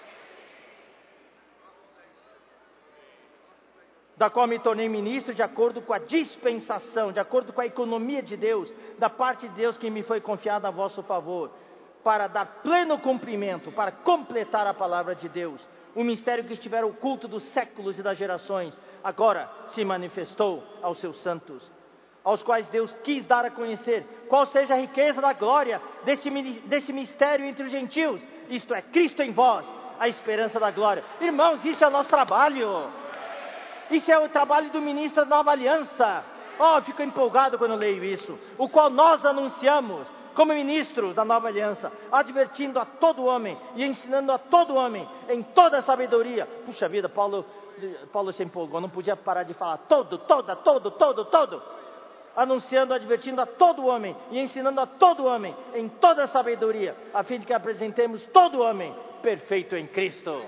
Da qual me tornei ministro de acordo com a dispensação, de acordo com a economia de Deus, da parte de Deus que me foi confiada a vosso favor, para dar pleno cumprimento, para completar a palavra de Deus. O mistério que estivera oculto dos séculos e das gerações, agora se manifestou aos seus santos, aos quais Deus quis dar a conhecer qual seja a riqueza da glória desse mistério entre os gentios, isto é, Cristo em vós, a esperança da glória. Irmãos, isso é o nosso trabalho, isso é o trabalho do ministro da Nova Aliança. Eu fico empolgado quando leio isso, o qual nós anunciamos como ministros da Nova Aliança, advertindo a todo homem e ensinando a todo homem em toda a sabedoria. Puxa vida, Paulo se empolgou, não podia parar de falar todo. Anunciando, advertindo a todo homem e ensinando a todo homem em toda a sabedoria, a fim de que apresentemos todo homem perfeito em Cristo.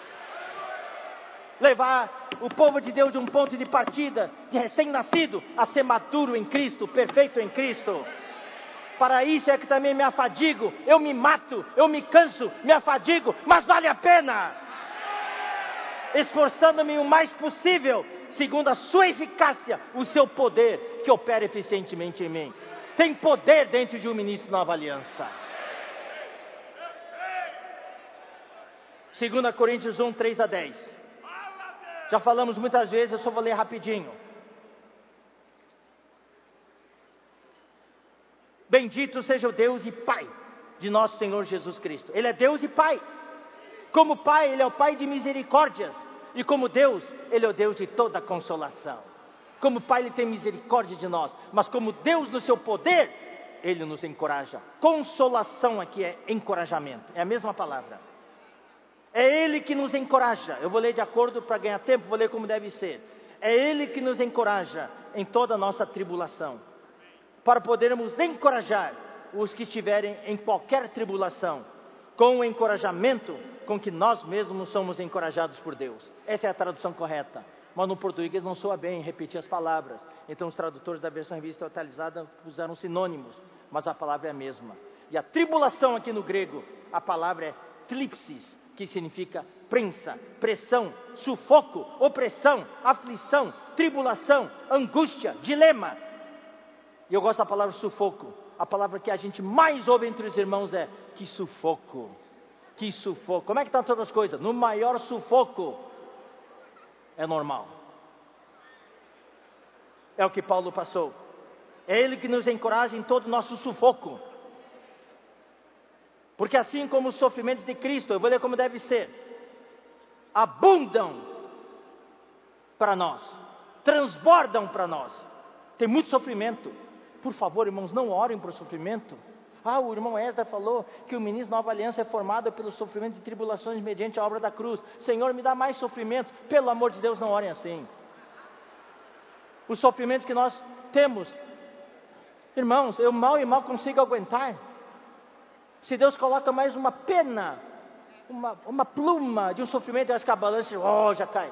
Levar o povo de Deus de um ponto de partida, de recém-nascido, a ser maduro em Cristo, perfeito em Cristo. Para isso é que também me afadigo, eu me mato, eu me canso, me afadigo, mas vale a pena. Esforçando-me o mais possível, segundo a sua eficácia, o seu poder, que opera eficientemente em mim. Tem poder dentro de um ministro da Nova Aliança. 2 Coríntios 1, 3 a 10. Já falamos muitas vezes, eu só vou ler rapidinho. Bendito seja o Deus e Pai de nosso Senhor Jesus Cristo. Ele é Deus e Pai. Como Pai, Ele é o Pai de misericórdias. E como Deus, Ele é o Deus de toda consolação. Como Pai, Ele tem misericórdia de nós. Mas como Deus no seu poder, Ele nos encoraja. Consolação aqui é encorajamento, é a mesma palavra. É Ele que nos encoraja. Eu vou ler de acordo para ganhar tempo, vou ler como deve ser. É Ele que nos encoraja em toda a nossa tribulação, para podermos encorajar os que estiverem em qualquer tribulação, com o encorajamento com que nós mesmos somos encorajados por Deus. Essa é a tradução correta. Mas no português não soa bem repetir as palavras. Então os tradutores da versão revista atualizada usaram sinônimos, mas a palavra é a mesma. E a tribulação aqui no grego, a palavra é thlipsis, que significa prensa, pressão, sufoco, opressão, aflição, tribulação, angústia, dilema. E eu gosto da palavra sufoco. A palavra que a gente mais ouve entre os irmãos é que sufoco, que sufoco. Como é que estão todas as coisas? No maior sufoco. É normal. É o que Paulo passou. É Ele que nos encoraja em todo o nosso sufoco. Porque assim como os sofrimentos de Cristo, eu vou ler como deve ser, abundam para nós, transbordam para nós. Tem muito sofrimento. Por favor, irmãos, não orem por sofrimento. O irmão Esdras falou que o ministro Nova Aliança é formado pelos sofrimentos e tribulações mediante a obra da cruz. Senhor, me dá mais sofrimentos. Pelo amor de Deus, não orem assim. Os sofrimentos que nós temos, irmãos, eu mal e mal consigo aguentar. Se Deus coloca mais uma pena, uma pluma de um sofrimento, eu acho que a balança já cai.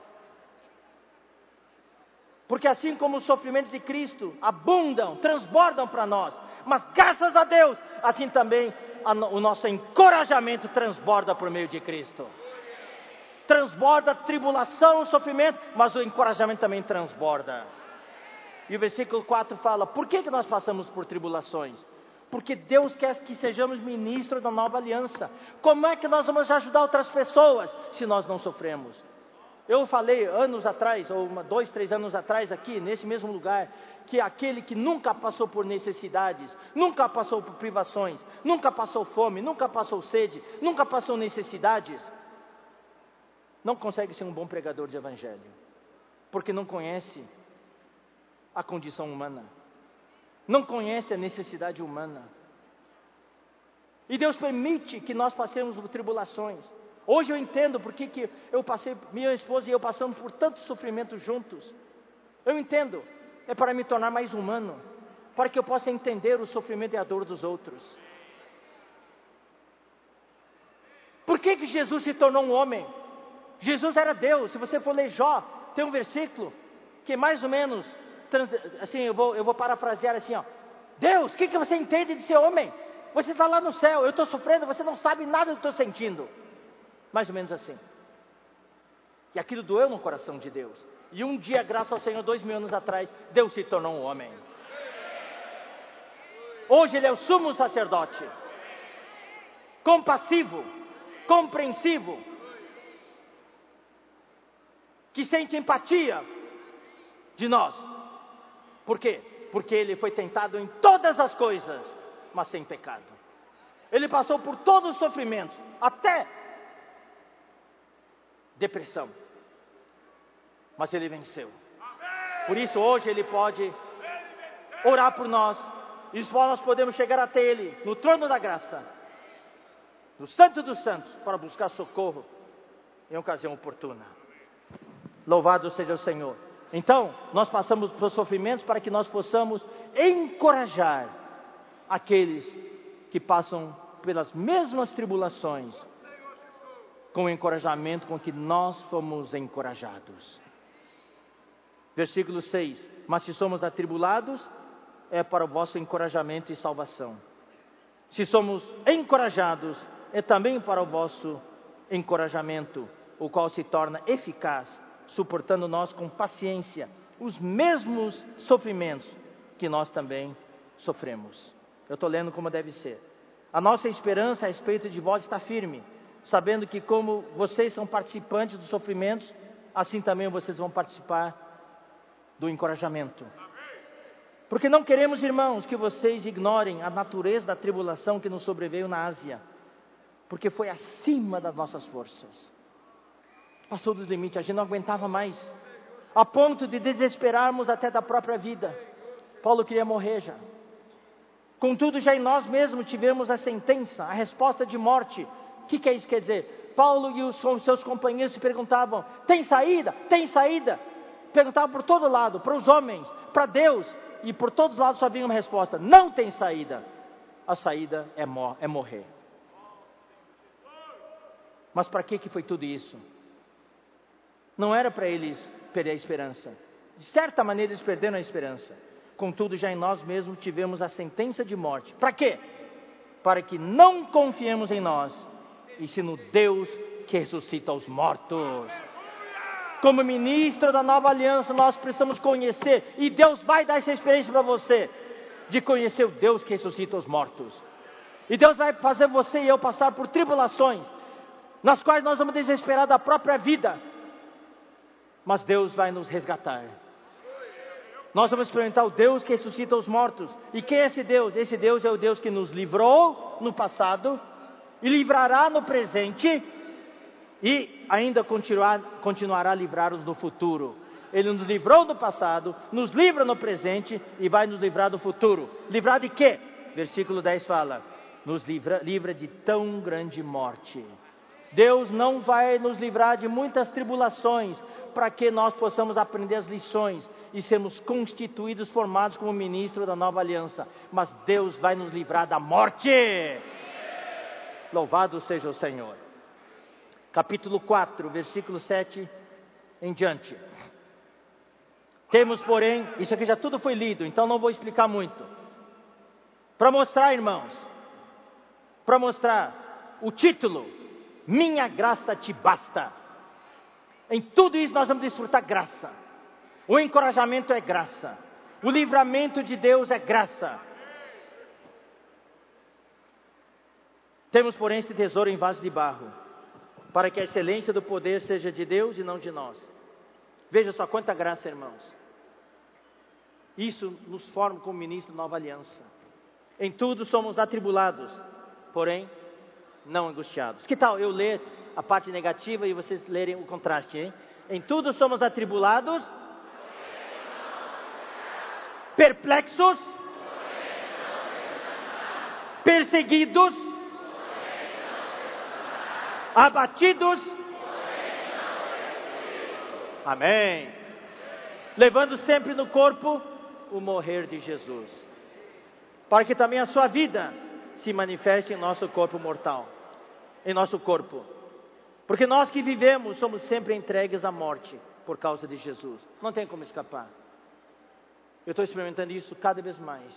Porque assim como os sofrimentos de Cristo abundam, transbordam para nós, mas graças a Deus, assim também o nosso encorajamento transborda por meio de Cristo. Transborda tribulação, sofrimento, mas o encorajamento também transborda. E o versículo 4 fala, por que nós passamos por tribulações? Porque Deus quer que sejamos ministros da nova aliança. Como é que nós vamos ajudar outras pessoas se nós não sofremos? Eu falei anos atrás, ou 2, 3 anos atrás aqui, nesse mesmo lugar, que aquele que nunca passou por necessidades, nunca passou por privações, nunca passou fome, nunca passou sede, nunca passou necessidades, não consegue ser um bom pregador de evangelho, porque não conhece a condição humana, não conhece a necessidade humana. E Deus permite que nós passemos por tribulações. Hoje eu entendo porque que eu passei, minha esposa e eu passamos por tanto sofrimento juntos. Eu entendo, é para me tornar mais humano, para que eu possa entender o sofrimento e a dor dos outros. Por que Jesus se tornou um homem? Jesus era Deus. Se você for ler Jó, tem um versículo que mais ou menos, assim, eu vou parafrasear assim, Deus, o que você entende de ser homem? Você está lá no céu, eu estou sofrendo, você não sabe nada do que estou sentindo. Mais ou menos assim. E aquilo doeu no coração de Deus. E um dia, graças ao Senhor, 2000 anos atrás, Deus se tornou um homem. Hoje Ele é o sumo sacerdote, compassivo, compreensivo, que sente empatia de nós. Por quê? Porque Ele foi tentado em todas as coisas, mas sem pecado. Ele passou por todos os sofrimentos, até depressão, mas Ele venceu. Por isso hoje Ele pode orar por nós, e nós podemos chegar até Ele, no trono da graça, no Santo dos Santos, para buscar socorro em ocasião oportuna. Louvado seja o Senhor. Então, nós passamos por sofrimentos para que nós possamos encorajar aqueles que passam pelas mesmas tribulações, com o encorajamento com que nós fomos encorajados. Versículo 6. Mas se somos atribulados, é para o vosso encorajamento e salvação. Se somos encorajados, é também para o vosso encorajamento, o qual se torna eficaz, suportando nós com paciência os mesmos sofrimentos que nós também sofremos. Eu estou lendo como deve ser. A nossa esperança a respeito de vós está firme, sabendo que como vocês são participantes dos sofrimentos, assim também vocês vão participar do encorajamento. Porque não queremos, irmãos, que vocês ignorem a natureza da tribulação que nos sobreveio na Ásia, porque foi acima das nossas forças. Passou dos limites, a gente não aguentava mais, a ponto de desesperarmos até da própria vida. Paulo queria morrer já. Contudo, já em nós mesmos tivemos a sentença, a resposta de morte. O que é isso quer dizer? Paulo e os seus companheiros se perguntavam: tem saída? Tem saída? Perguntavam por todo lado, para os homens, para Deus, e por todos os lados só vinha uma resposta: não tem saída. A saída é morrer. Mas para que foi tudo isso? Não era para eles perder a esperança. De certa maneira eles perderam a esperança. Contudo, já em nós mesmos tivemos a sentença de morte. Para quê? Para que não confiemos em nós, e sim no Deus que ressuscita os mortos. Como ministro da nova aliança, nós precisamos conhecer, e Deus vai dar essa experiência para você, de conhecer o Deus que ressuscita os mortos. E Deus vai fazer você e eu passar por tribulações, nas quais nós vamos desesperar da própria vida, mas Deus vai nos resgatar. Nós vamos experimentar o Deus que ressuscita os mortos. E quem é esse Deus? Esse Deus é o Deus que nos livrou no passado, e livrará no presente, e ainda continuará a livrar-nos no futuro. Ele nos livrou no passado, nos livra no presente, e vai nos livrar no futuro. Livrar de quê? Versículo 10 fala: nos livra de tão grande morte. Deus não vai nos livrar de muitas tribulações, para que nós possamos aprender as lições e sermos constituídos, formados como ministro da nova aliança. Mas Deus vai nos livrar da morte. Louvado seja o Senhor. Capítulo 4, versículo 7 em diante. Temos, porém, isso aqui já tudo foi lido, então não vou explicar muito. Para mostrar, irmãos, para mostrar o título: minha graça te basta. Em tudo isso nós vamos desfrutar graça. O encorajamento é graça. O livramento de Deus é graça. Temos, porém, este tesouro em vaso de barro, para que a excelência do poder seja de Deus e não de nós. Veja só quanta graça, irmãos. Isso nos forma como ministro da nova aliança. Em tudo somos atribulados, porém não angustiados. Que tal eu ler a parte negativa e vocês lerem o contraste, hein? Em tudo somos atribulados, perplexos, perseguidos, abatidos, amém, levando sempre no corpo o morrer de Jesus, para que também a sua vida se manifeste em nosso corpo mortal, em nosso corpo, porque nós que vivemos somos sempre entregues à morte por causa de Jesus, não tem como escapar. Eu estou experimentando isso cada vez mais.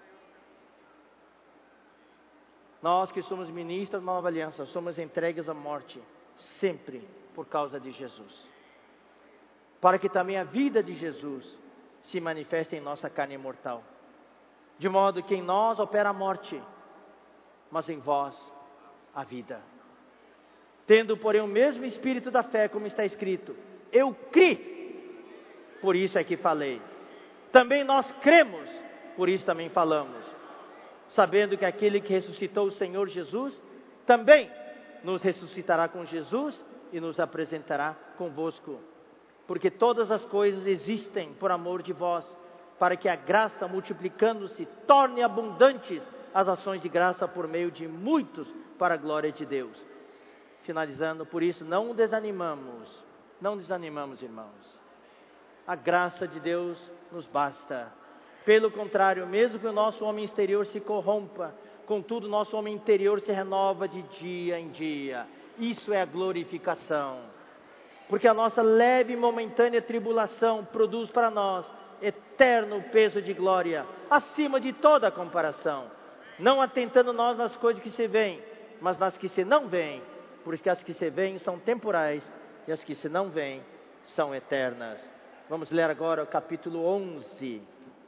Nós que somos ministros da nova aliança, somos entregues à morte, sempre por causa de Jesus. Para que também a vida de Jesus se manifeste em nossa carne mortal. De modo que em nós opera a morte, mas em vós a vida. Tendo, porém, o mesmo espírito da fé, como está escrito: eu criei, por isso é que falei. Também nós cremos, por isso também falamos, sabendo que aquele que ressuscitou o Senhor Jesus, também nos ressuscitará com Jesus e nos apresentará convosco. Porque todas as coisas existem por amor de vós, para que a graça, multiplicando-se, torne abundantes as ações de graça por meio de muitos, para a glória de Deus. Finalizando, por isso não desanimamos, irmãos. A graça de Deus nos basta. Pelo contrário, mesmo que o nosso homem exterior se corrompa, contudo o nosso homem interior se renova de dia em dia. Isso é a glorificação. Porque a nossa leve e momentânea tribulação produz para nós eterno peso de glória, acima de toda comparação. Não atentando nós nas coisas que se veem, mas nas que se não veem. Porque as que se veem são temporais, e as que se não veem são eternas. Vamos ler agora o capítulo 11.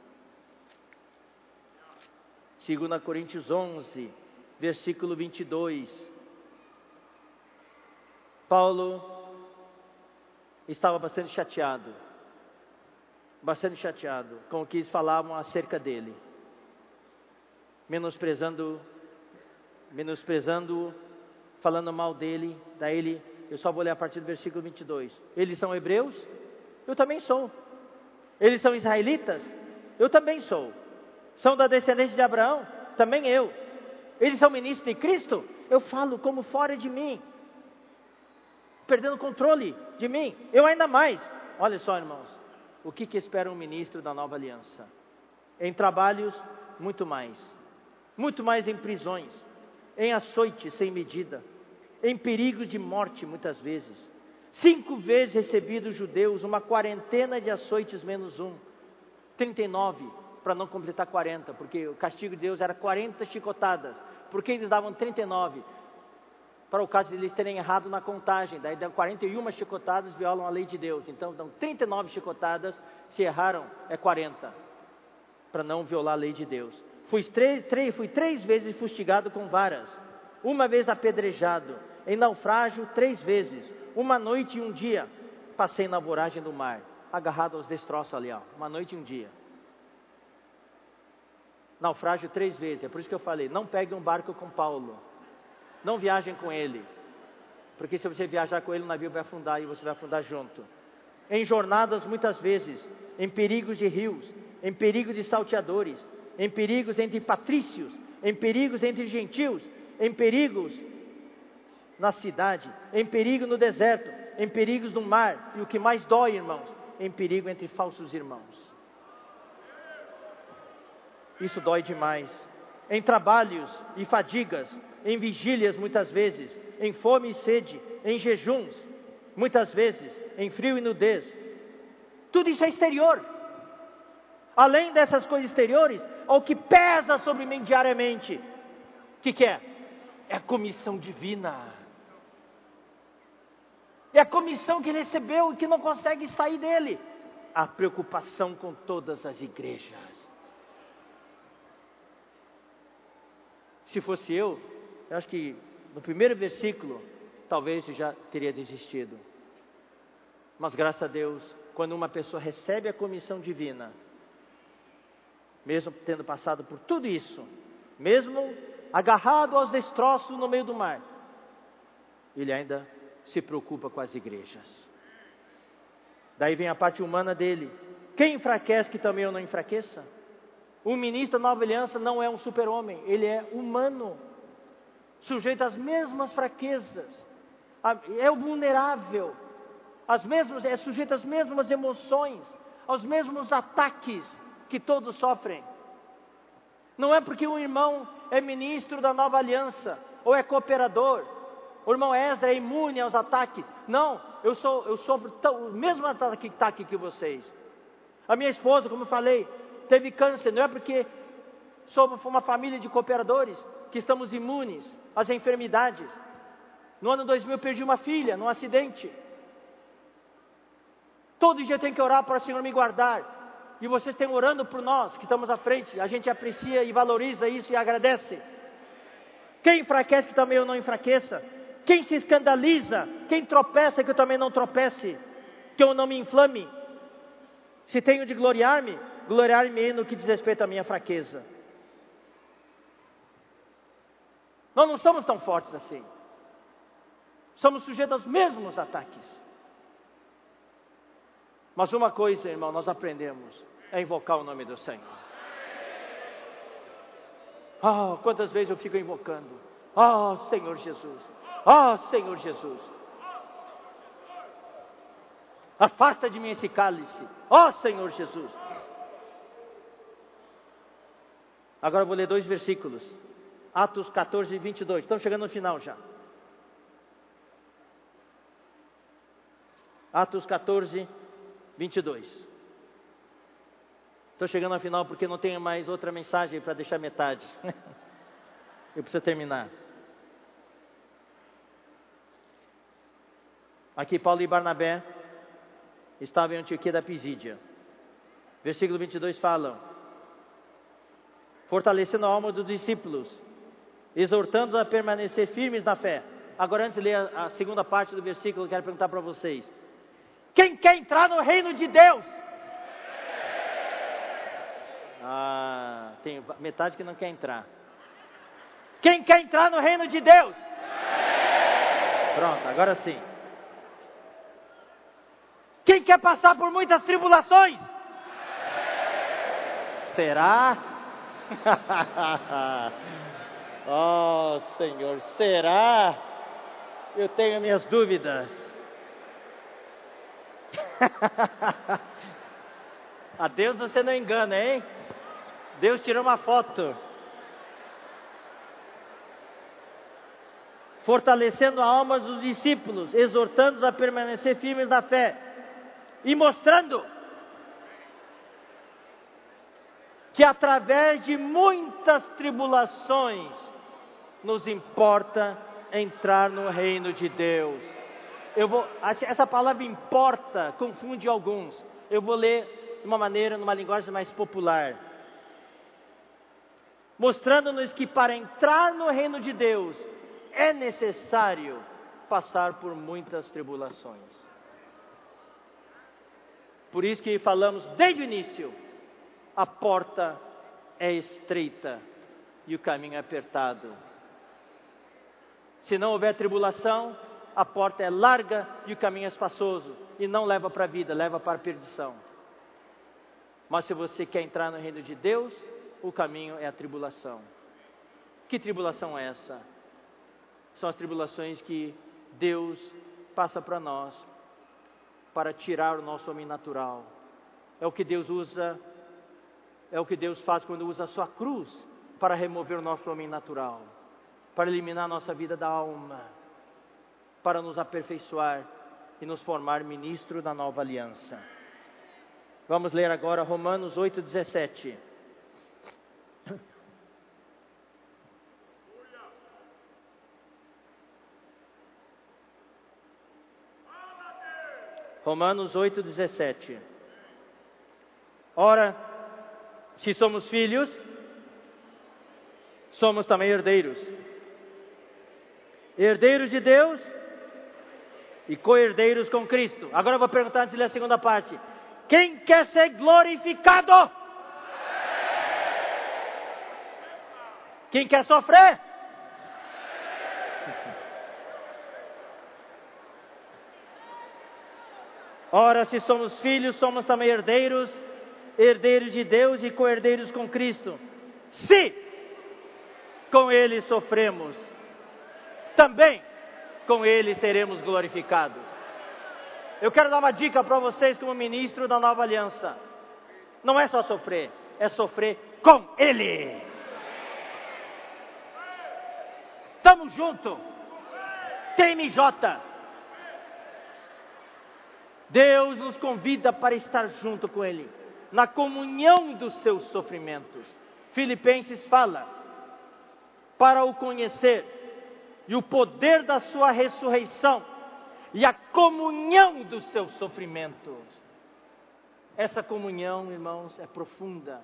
2 Coríntios 11, versículo 22. Paulo estava bastante chateado com o que eles falavam acerca dele, menosprezando, falando mal dele. Daí eu só vou ler a partir do versículo 22. Eles são hebreus? Eu também sou. Eles são israelitas? Eu também sou. São da descendência de Abraão? também eu. Eles são ministros de Cristo, eu falo como fora de mim, perdendo o controle de mim, eu ainda mais. Olha só, irmãos, o que espera um ministro da nova aliança? Em trabalhos, muito mais em prisões, em açoites sem medida, em perigos de morte muitas vezes. 5 vezes recebi dos judeus uma quarentena de açoites menos 1, 39, para não completar 40, porque o castigo de Deus era 40 chicotadas, porque eles davam 39, para o caso de eles terem errado na contagem, daí dão 41 chicotadas, violam a lei de Deus, então dão 39 chicotadas, se erraram é 40, para não violar a lei de Deus. Fui 3 vezes fustigado com varas, 1 vez apedrejado, em naufrágio 3 vezes, 1 noite e 1 dia, passei na voragem do mar, agarrado aos destroços ali, 1 noite e 1 dia. Naufrágio 3 vezes, é por isso que eu falei, não pegue um barco com Paulo, não viajem com ele, porque se você viajar com ele, o navio vai afundar e você vai afundar junto. Em jornadas muitas vezes, em perigos de rios, em perigos de salteadores, em perigos entre patrícios, em perigos entre gentios, em perigos na cidade, em perigo no deserto, em perigos no mar, e o que mais dói, irmãos, em perigo entre falsos irmãos. Isso dói demais. Em trabalhos e fadigas, em vigílias muitas vezes, em fome e sede, em jejuns, muitas vezes, em frio e nudez. Tudo isso é exterior. Além dessas coisas exteriores, o que pesa sobre mim diariamente, o que é? É a comissão divina. É a comissão que ele recebeu e que não consegue sair dele. A preocupação com todas as igrejas. Se fosse eu acho que no primeiro versículo, talvez eu já teria desistido. Mas graças a Deus, quando uma pessoa recebe a comissão divina, mesmo tendo passado por tudo isso, mesmo agarrado aos destroços no meio do mar, ele ainda se preocupa com as igrejas. Daí vem a parte humana dele. Quem enfraquece que também eu não enfraqueça? O ministro da Nova Aliança não é um super-homem, ele é humano, sujeito às mesmas fraquezas, é vulnerável, é sujeito às mesmas emoções, aos mesmos ataques que todos sofrem. Não é porque um irmão é ministro da Nova Aliança, ou é cooperador, o irmão Esdra é imune aos ataques. Não, eu sofro o mesmo ataque que vocês. A minha esposa, como eu falei, teve câncer. Não é porque somos uma família de cooperadores que estamos imunes às enfermidades. No ano 2000 eu perdi uma filha num acidente. Todo dia eu tenho que orar para o Senhor me guardar. E vocês têm orando por nós que estamos à frente. A gente aprecia e valoriza isso e agradece. Quem enfraquece que também eu não enfraqueça. Quem se escandaliza, quem tropeça que eu também não tropece, que eu não me inflame. Se tenho de gloriar-me, gloriar-me no que diz respeito à minha fraqueza. Nós não somos tão fortes assim. Somos sujeitos aos mesmos ataques. Mas uma coisa, irmão, nós aprendemos, é invocar o nome do Senhor. Quantas vezes eu fico invocando, Senhor Jesus, Senhor Jesus, afasta de mim esse cálice, Senhor Jesus. Agora eu vou ler 2 versículos, Atos 14 e 22, estamos chegando no final já. Atos 14, 22. Estou chegando ao final porque não tenho mais outra mensagem para deixar metade. Eu preciso terminar. Aqui Paulo e Barnabé estavam em Antioquia da Pisídia. Versículo 22 falam: fortalecendo a alma dos discípulos, exortando-os a permanecer firmes na fé. Agora, antes de ler a segunda parte do versículo, eu quero perguntar para vocês: quem quer entrar no reino de Deus? Tem metade que não quer entrar. Quem quer entrar no reino de Deus? Pronto, agora sim. Quem quer passar por muitas tribulações? Será? Oh, Senhor, será? Eu tenho minhas dúvidas. A Deus você não engana, hein? Deus tirou uma foto. Fortalecendo a alma dos discípulos, exortando-os a permanecer firmes na fé e mostrando que através de muitas tribulações nos importa entrar no reino de Deus. Essa palavra importa confunde alguns. Eu vou ler de uma maneira, numa linguagem mais popular. Mostrando-nos que para entrar no reino de Deus é necessário passar por muitas tribulações. Por isso que falamos desde o início, a porta é estreita e o caminho é apertado. Se não houver tribulação, a porta é larga e o caminho é espaçoso, e não leva para a vida, leva para a perdição. Mas se você quer entrar no reino de Deus, o caminho é a tribulação. Que tribulação é essa? São as tribulações que Deus passa para nós, para tirar o nosso homem natural. É o que Deus usa, é o que Deus faz quando usa a sua cruz, para remover o nosso homem natural, para eliminar a nossa vida da alma, para nos aperfeiçoar e nos formar ministro da nova aliança. Vamos ler agora Romanos 8:17. Romanos 8:17. Ora, se somos filhos, somos também herdeiros. Herdeiros de Deus e co-herdeiros com Cristo. Agora eu vou perguntar antes de ler a segunda parte. Quem quer ser glorificado? Quem quer sofrer? Ora, se somos filhos, somos também herdeiros, herdeiros de Deus e co-herdeiros com Cristo. Se com Ele sofremos, também com Ele seremos glorificados. Eu quero dar uma dica para vocês como ministro da nova aliança. Não é só sofrer, é sofrer com Ele. Tamo junto. TMJ. Deus nos convida para estar junto com Ele, na comunhão dos seus sofrimentos. Filipenses fala, para o conhecer, e o poder da sua ressurreição, e a comunhão dos seus sofrimentos. Essa comunhão, irmãos, é profunda.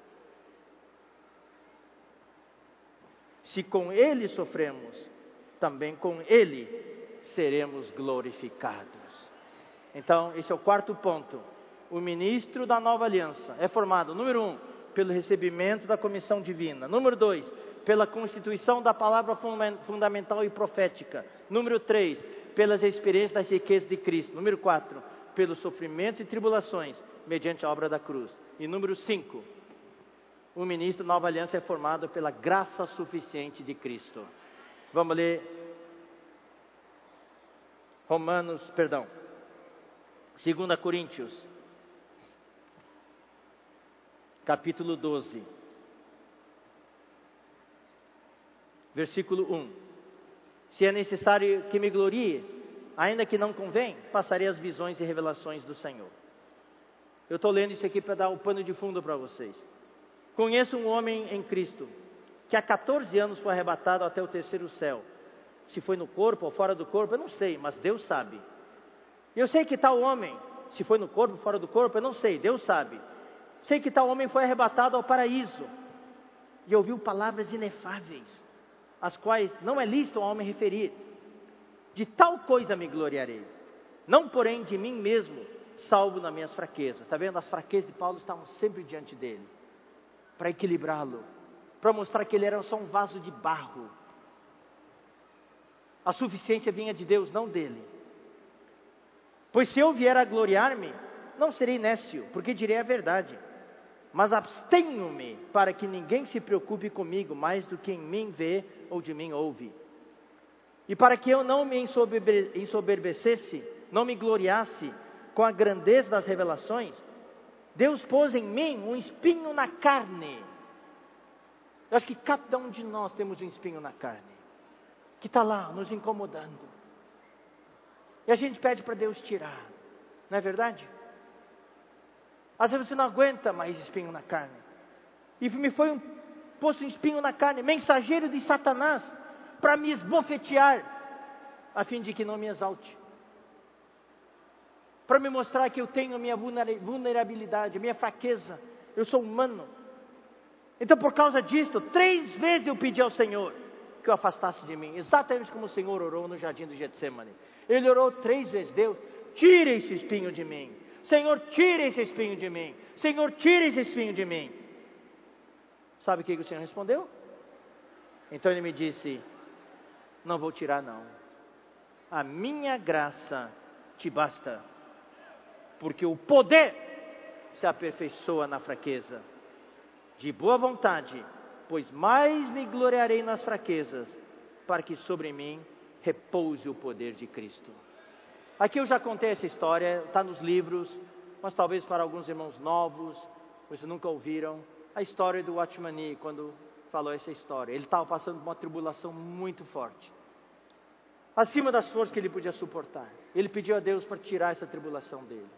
Se com Ele sofremos, também com Ele seremos glorificados. Então, esse é o quarto ponto. O ministro da nova aliança é formado, número 1, pelo recebimento da comissão divina. Número 2, pela constituição da palavra fundamental e profética. Número 3, pelas experiências das riquezas de Cristo. Número 4, pelos sofrimentos e tribulações, mediante a obra da cruz. E número 5, o ministro da nova aliança é formado pela graça suficiente de Cristo. Vamos ler 2 Coríntios, capítulo 12, versículo 1. Se é necessário que me glorie, ainda que não convém, passarei as visões e revelações do Senhor. Eu estou lendo isso aqui para dar o pano de fundo para vocês. Conheço um homem em Cristo, que há 14 anos foi arrebatado até o terceiro céu. Se foi no corpo ou fora do corpo, eu não sei, mas Deus sabe. Eu sei que tal homem, se foi no corpo ou fora do corpo, eu não sei, Deus sabe. Sei que tal homem foi arrebatado ao paraíso, e ouviu palavras inefáveis, as quais não é lícito ao homem referir. De tal coisa me gloriarei, não porém de mim mesmo, salvo nas minhas fraquezas. Está vendo? As fraquezas de Paulo estavam sempre diante dele, para equilibrá-lo, para mostrar que ele era só um vaso de barro. A suficiência vinha de Deus, não dele. Pois se eu vier a gloriar-me, não serei nécio, porque direi a verdade. mas abstenho-me para que ninguém se preocupe comigo mais do que em mim vê ou de mim ouve. E para que eu não me ensoberbecesse, não me gloriasse com a grandeza das revelações, Deus pôs em mim um espinho na carne. Eu acho que cada um de nós temos um espinho na carne, que está lá nos incomodando. E a gente pede para Deus tirar, não é verdade? Às vezes você não aguenta mais espinho na carne. E me foi posto um espinho na carne, mensageiro de Satanás, para me esbofetear, a fim de que não me exalte. Para me mostrar que eu tenho a minha vulnerabilidade, a minha fraqueza. Eu sou humano. Então por causa disso, 3 vezes eu pedi ao Senhor que eu afastasse de mim. Exatamente como o Senhor orou no jardim do Getsemane. Ele orou 3 vezes: Deus, tira esse espinho de mim. Senhor, tira esse espinho de mim. Senhor, tira esse espinho de mim. Sabe o que o Senhor respondeu? Então ele me disse: não vou tirar não. A minha graça te basta. Porque o poder se aperfeiçoa na fraqueza. De boa vontade, pois mais me gloriarei nas fraquezas, para que sobre mim repouse o poder de Cristo. Aqui eu já contei essa história, está nos livros, mas talvez para alguns irmãos novos, vocês nunca ouviram, a história do Watchman Nee, quando falou essa história. Ele estava passando por uma tribulação muito forte, acima das forças que ele podia suportar. Ele pediu a Deus para tirar essa tribulação dele.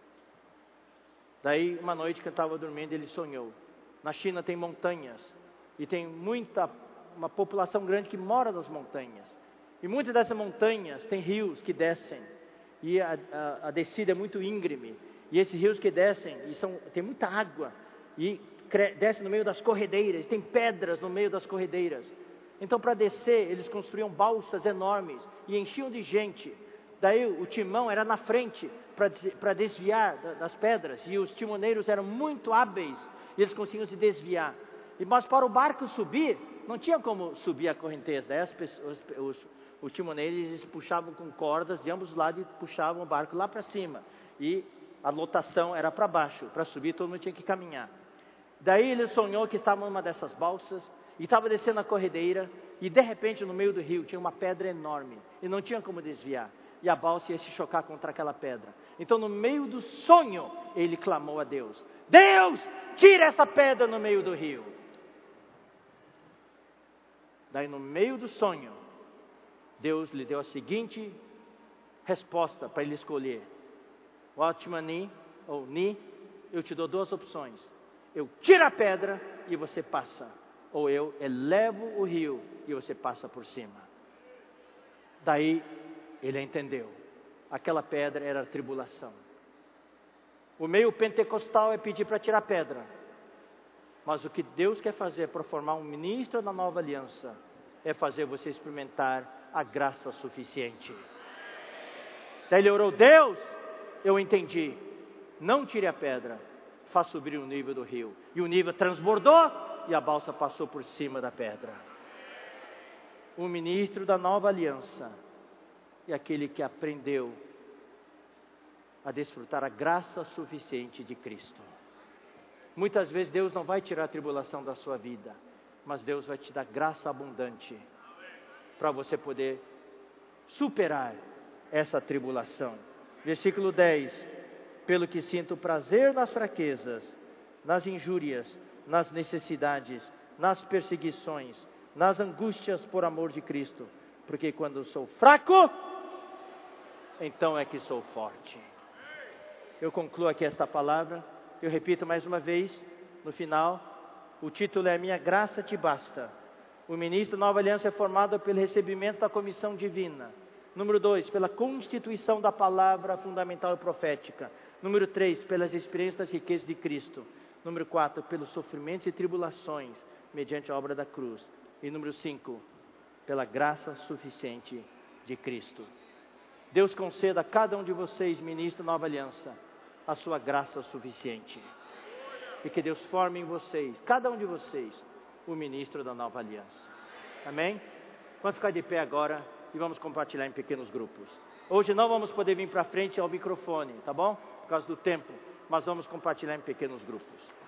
Daí, uma noite que eu estava dormindo, ele sonhou. Na China tem montanhas, e tem uma população grande que mora nas montanhas. E muitas dessas montanhas tem rios que descem, e a descida é muito íngreme. E esses rios que descem, tem muita água, e descem no meio das corredeiras, tem pedras no meio das corredeiras. Então para descer, eles construíam balsas enormes, e enchiam de gente. Daí o timão era na frente, para desviar das pedras, e os timoneiros eram muito hábeis, e eles conseguiam se desviar. Mas para o barco subir, não tinha como subir a correnteza. Daí os timoneiros, eles puxavam com cordas de ambos os lados e puxavam o barco lá para cima. E a lotação era para baixo. Para subir, todo mundo tinha que caminhar. Daí ele sonhou que estava numa dessas balsas e estava descendo a corredeira. E de repente, no meio do rio, tinha uma pedra enorme. E não tinha como desviar. E a balsa ia se chocar contra aquela pedra. Então, no meio do sonho, ele clamou a Deus: Deus, tira essa pedra no meio do rio. Daí, no meio do sonho, Deus lhe deu a seguinte resposta para ele escolher: Watchman Nee, ou Nee, eu te dou 2 opções. Eu tiro a pedra e você passa. Ou eu elevo o rio e você passa por cima. Daí ele entendeu. Aquela pedra era a tribulação. O meio pentecostal é pedir para tirar a pedra. Mas o que Deus quer fazer para formar um ministro da nova aliança é fazer você experimentar a graça suficiente. Daí ele orou: Deus, eu entendi. Não tire a pedra, faça subir o nível do rio. E o nível transbordou e a balsa passou por cima da pedra. O ministro da nova aliança é aquele que aprendeu a desfrutar a graça suficiente de Cristo. Muitas vezes Deus não vai tirar a tribulação da sua vida, mas Deus vai te dar graça abundante para você poder superar essa tribulação. Versículo 10: pelo que sinto prazer nas fraquezas, nas injúrias, nas necessidades, nas perseguições, nas angústias por amor de Cristo, porque quando sou fraco, então é que sou forte. Eu concluo aqui esta palavra. Eu repito mais uma vez, no final, o título é: Minha graça te basta. O ministro da Nova Aliança é formado pelo recebimento da comissão divina. Número 2, pela constituição da palavra fundamental e profética. Número 3, pelas experiências das riquezas de Cristo. Número 4, pelos sofrimentos e tribulações, mediante a obra da cruz. E número 5, pela graça suficiente de Cristo. Deus conceda a cada um de vocês, ministro da Nova Aliança, a sua graça suficiente. E que Deus forme em vocês, cada um de vocês, o ministro da Nova Aliança. Amém? Vamos ficar de pé agora e vamos compartilhar em pequenos grupos. Hoje não vamos poder vir para frente ao microfone, tá bom? Por causa do tempo, mas vamos compartilhar em pequenos grupos.